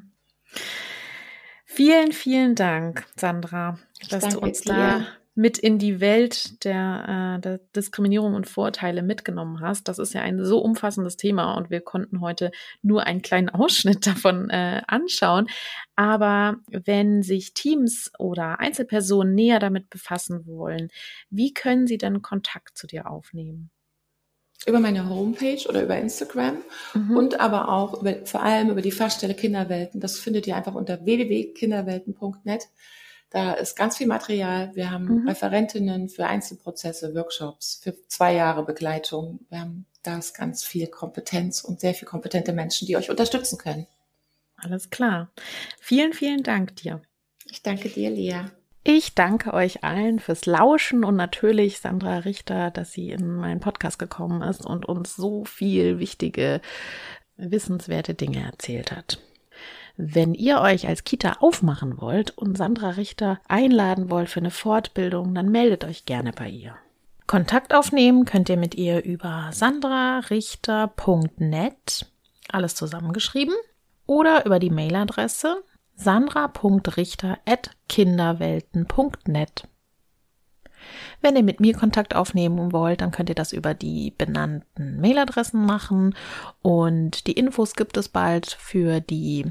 Vielen, vielen Dank, Sandra, dass du danke uns dir. da mit in die Welt der, äh, der Diskriminierung und Vorurteile mitgenommen hast. Das ist ja ein so umfassendes Thema und wir konnten heute nur einen kleinen Ausschnitt davon äh, anschauen. Aber wenn sich Teams oder Einzelpersonen näher damit befassen wollen, wie können sie denn Kontakt zu dir aufnehmen? Über meine Homepage oder über Instagram Mhm. und aber auch über, vor allem über die Fachstelle Kinderwelten. Das findet ihr einfach unter w w w punkt kinderwelten punkt net. Da ist ganz viel Material. Wir haben Mhm. Referentinnen für Einzelprozesse, Workshops, für zwei Jahre Begleitung. Wir haben da ist ganz viel Kompetenz und sehr viel kompetente Menschen, die euch unterstützen können. Alles klar. Vielen, vielen Dank dir. Ich danke dir, Lea. Ich danke euch allen fürs Lauschen und natürlich Sandra Richter, dass sie in meinen Podcast gekommen ist und uns so viel wichtige, wissenswerte Dinge erzählt hat. Wenn ihr euch als Kita aufmachen wollt und Sandra Richter einladen wollt für eine Fortbildung, dann meldet euch gerne bei ihr. Kontakt aufnehmen könnt ihr mit ihr über sandra richter punkt net, alles zusammengeschrieben, oder über die Mailadresse sandra punkt richter at kinderwelten punkt net. Wenn ihr mit mir Kontakt aufnehmen wollt, dann könnt ihr das über die benannten Mailadressen machen und die Infos gibt es bald für die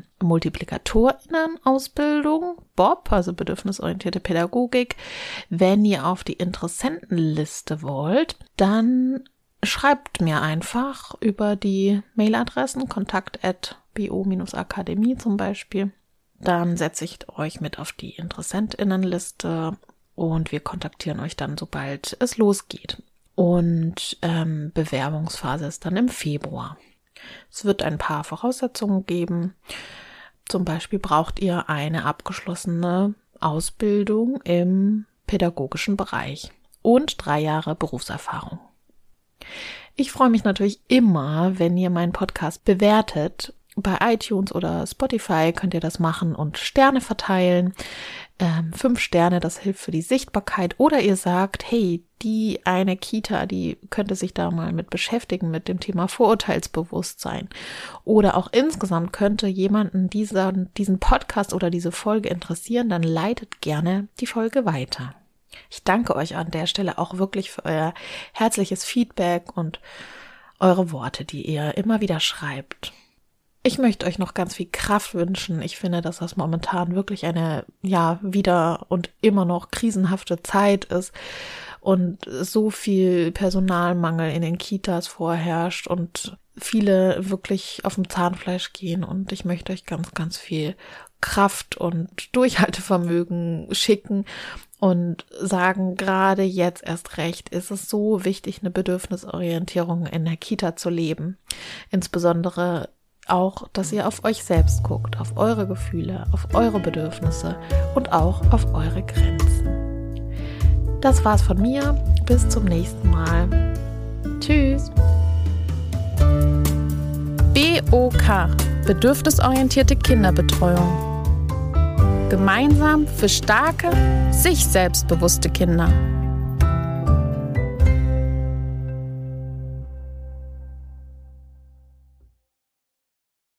MultiplikatorInnen-Ausbildung, B O P, also bedürfnisorientierte Pädagogik. Wenn ihr auf die Interessentenliste wollt, dann schreibt mir einfach über die Mailadressen kontakt at b o akademie zum Beispiel. Dann setze ich euch mit auf die InteressentInnenliste und wir kontaktieren euch dann, sobald es losgeht. Und ähm, Bewerbungsphase ist dann im Februar. Es wird ein paar Voraussetzungen geben. Zum Beispiel braucht ihr eine abgeschlossene Ausbildung im pädagogischen Bereich und drei Jahre Berufserfahrung. Ich freue mich natürlich immer, wenn ihr meinen Podcast bewertet. Bei iTunes oder Spotify könnt ihr das machen und Sterne verteilen. Ähm, fünf Sterne, das hilft für die Sichtbarkeit. Oder ihr sagt, hey, die eine Kita, die könnte sich da mal mit beschäftigen, mit dem Thema Vorurteilsbewusstsein. Oder auch insgesamt könnte jemanden dieser, diesen Podcast oder diese Folge interessieren, dann leitet gerne die Folge weiter. Ich danke euch an der Stelle auch wirklich für euer herzliches Feedback und eure Worte, die ihr immer wieder schreibt. Ich möchte euch noch ganz viel Kraft wünschen. Ich finde, dass das momentan wirklich eine, ja, wieder und immer noch krisenhafte Zeit ist und so viel Personalmangel in den Kitas vorherrscht und viele wirklich auf dem Zahnfleisch gehen. Und ich möchte euch ganz, ganz viel Kraft und Durchhaltevermögen schicken und sagen, gerade jetzt erst recht ist es so wichtig, eine Bedürfnisorientierung in der Kita zu leben. Insbesondere auch, dass ihr auf euch selbst guckt, auf eure Gefühle, auf eure Bedürfnisse und auch auf eure Grenzen. Das war's von mir. Bis zum nächsten Mal. Tschüss. B O K, bedürfnisorientierte Kinderbetreuung. Gemeinsam für starke, sich selbstbewusste Kinder.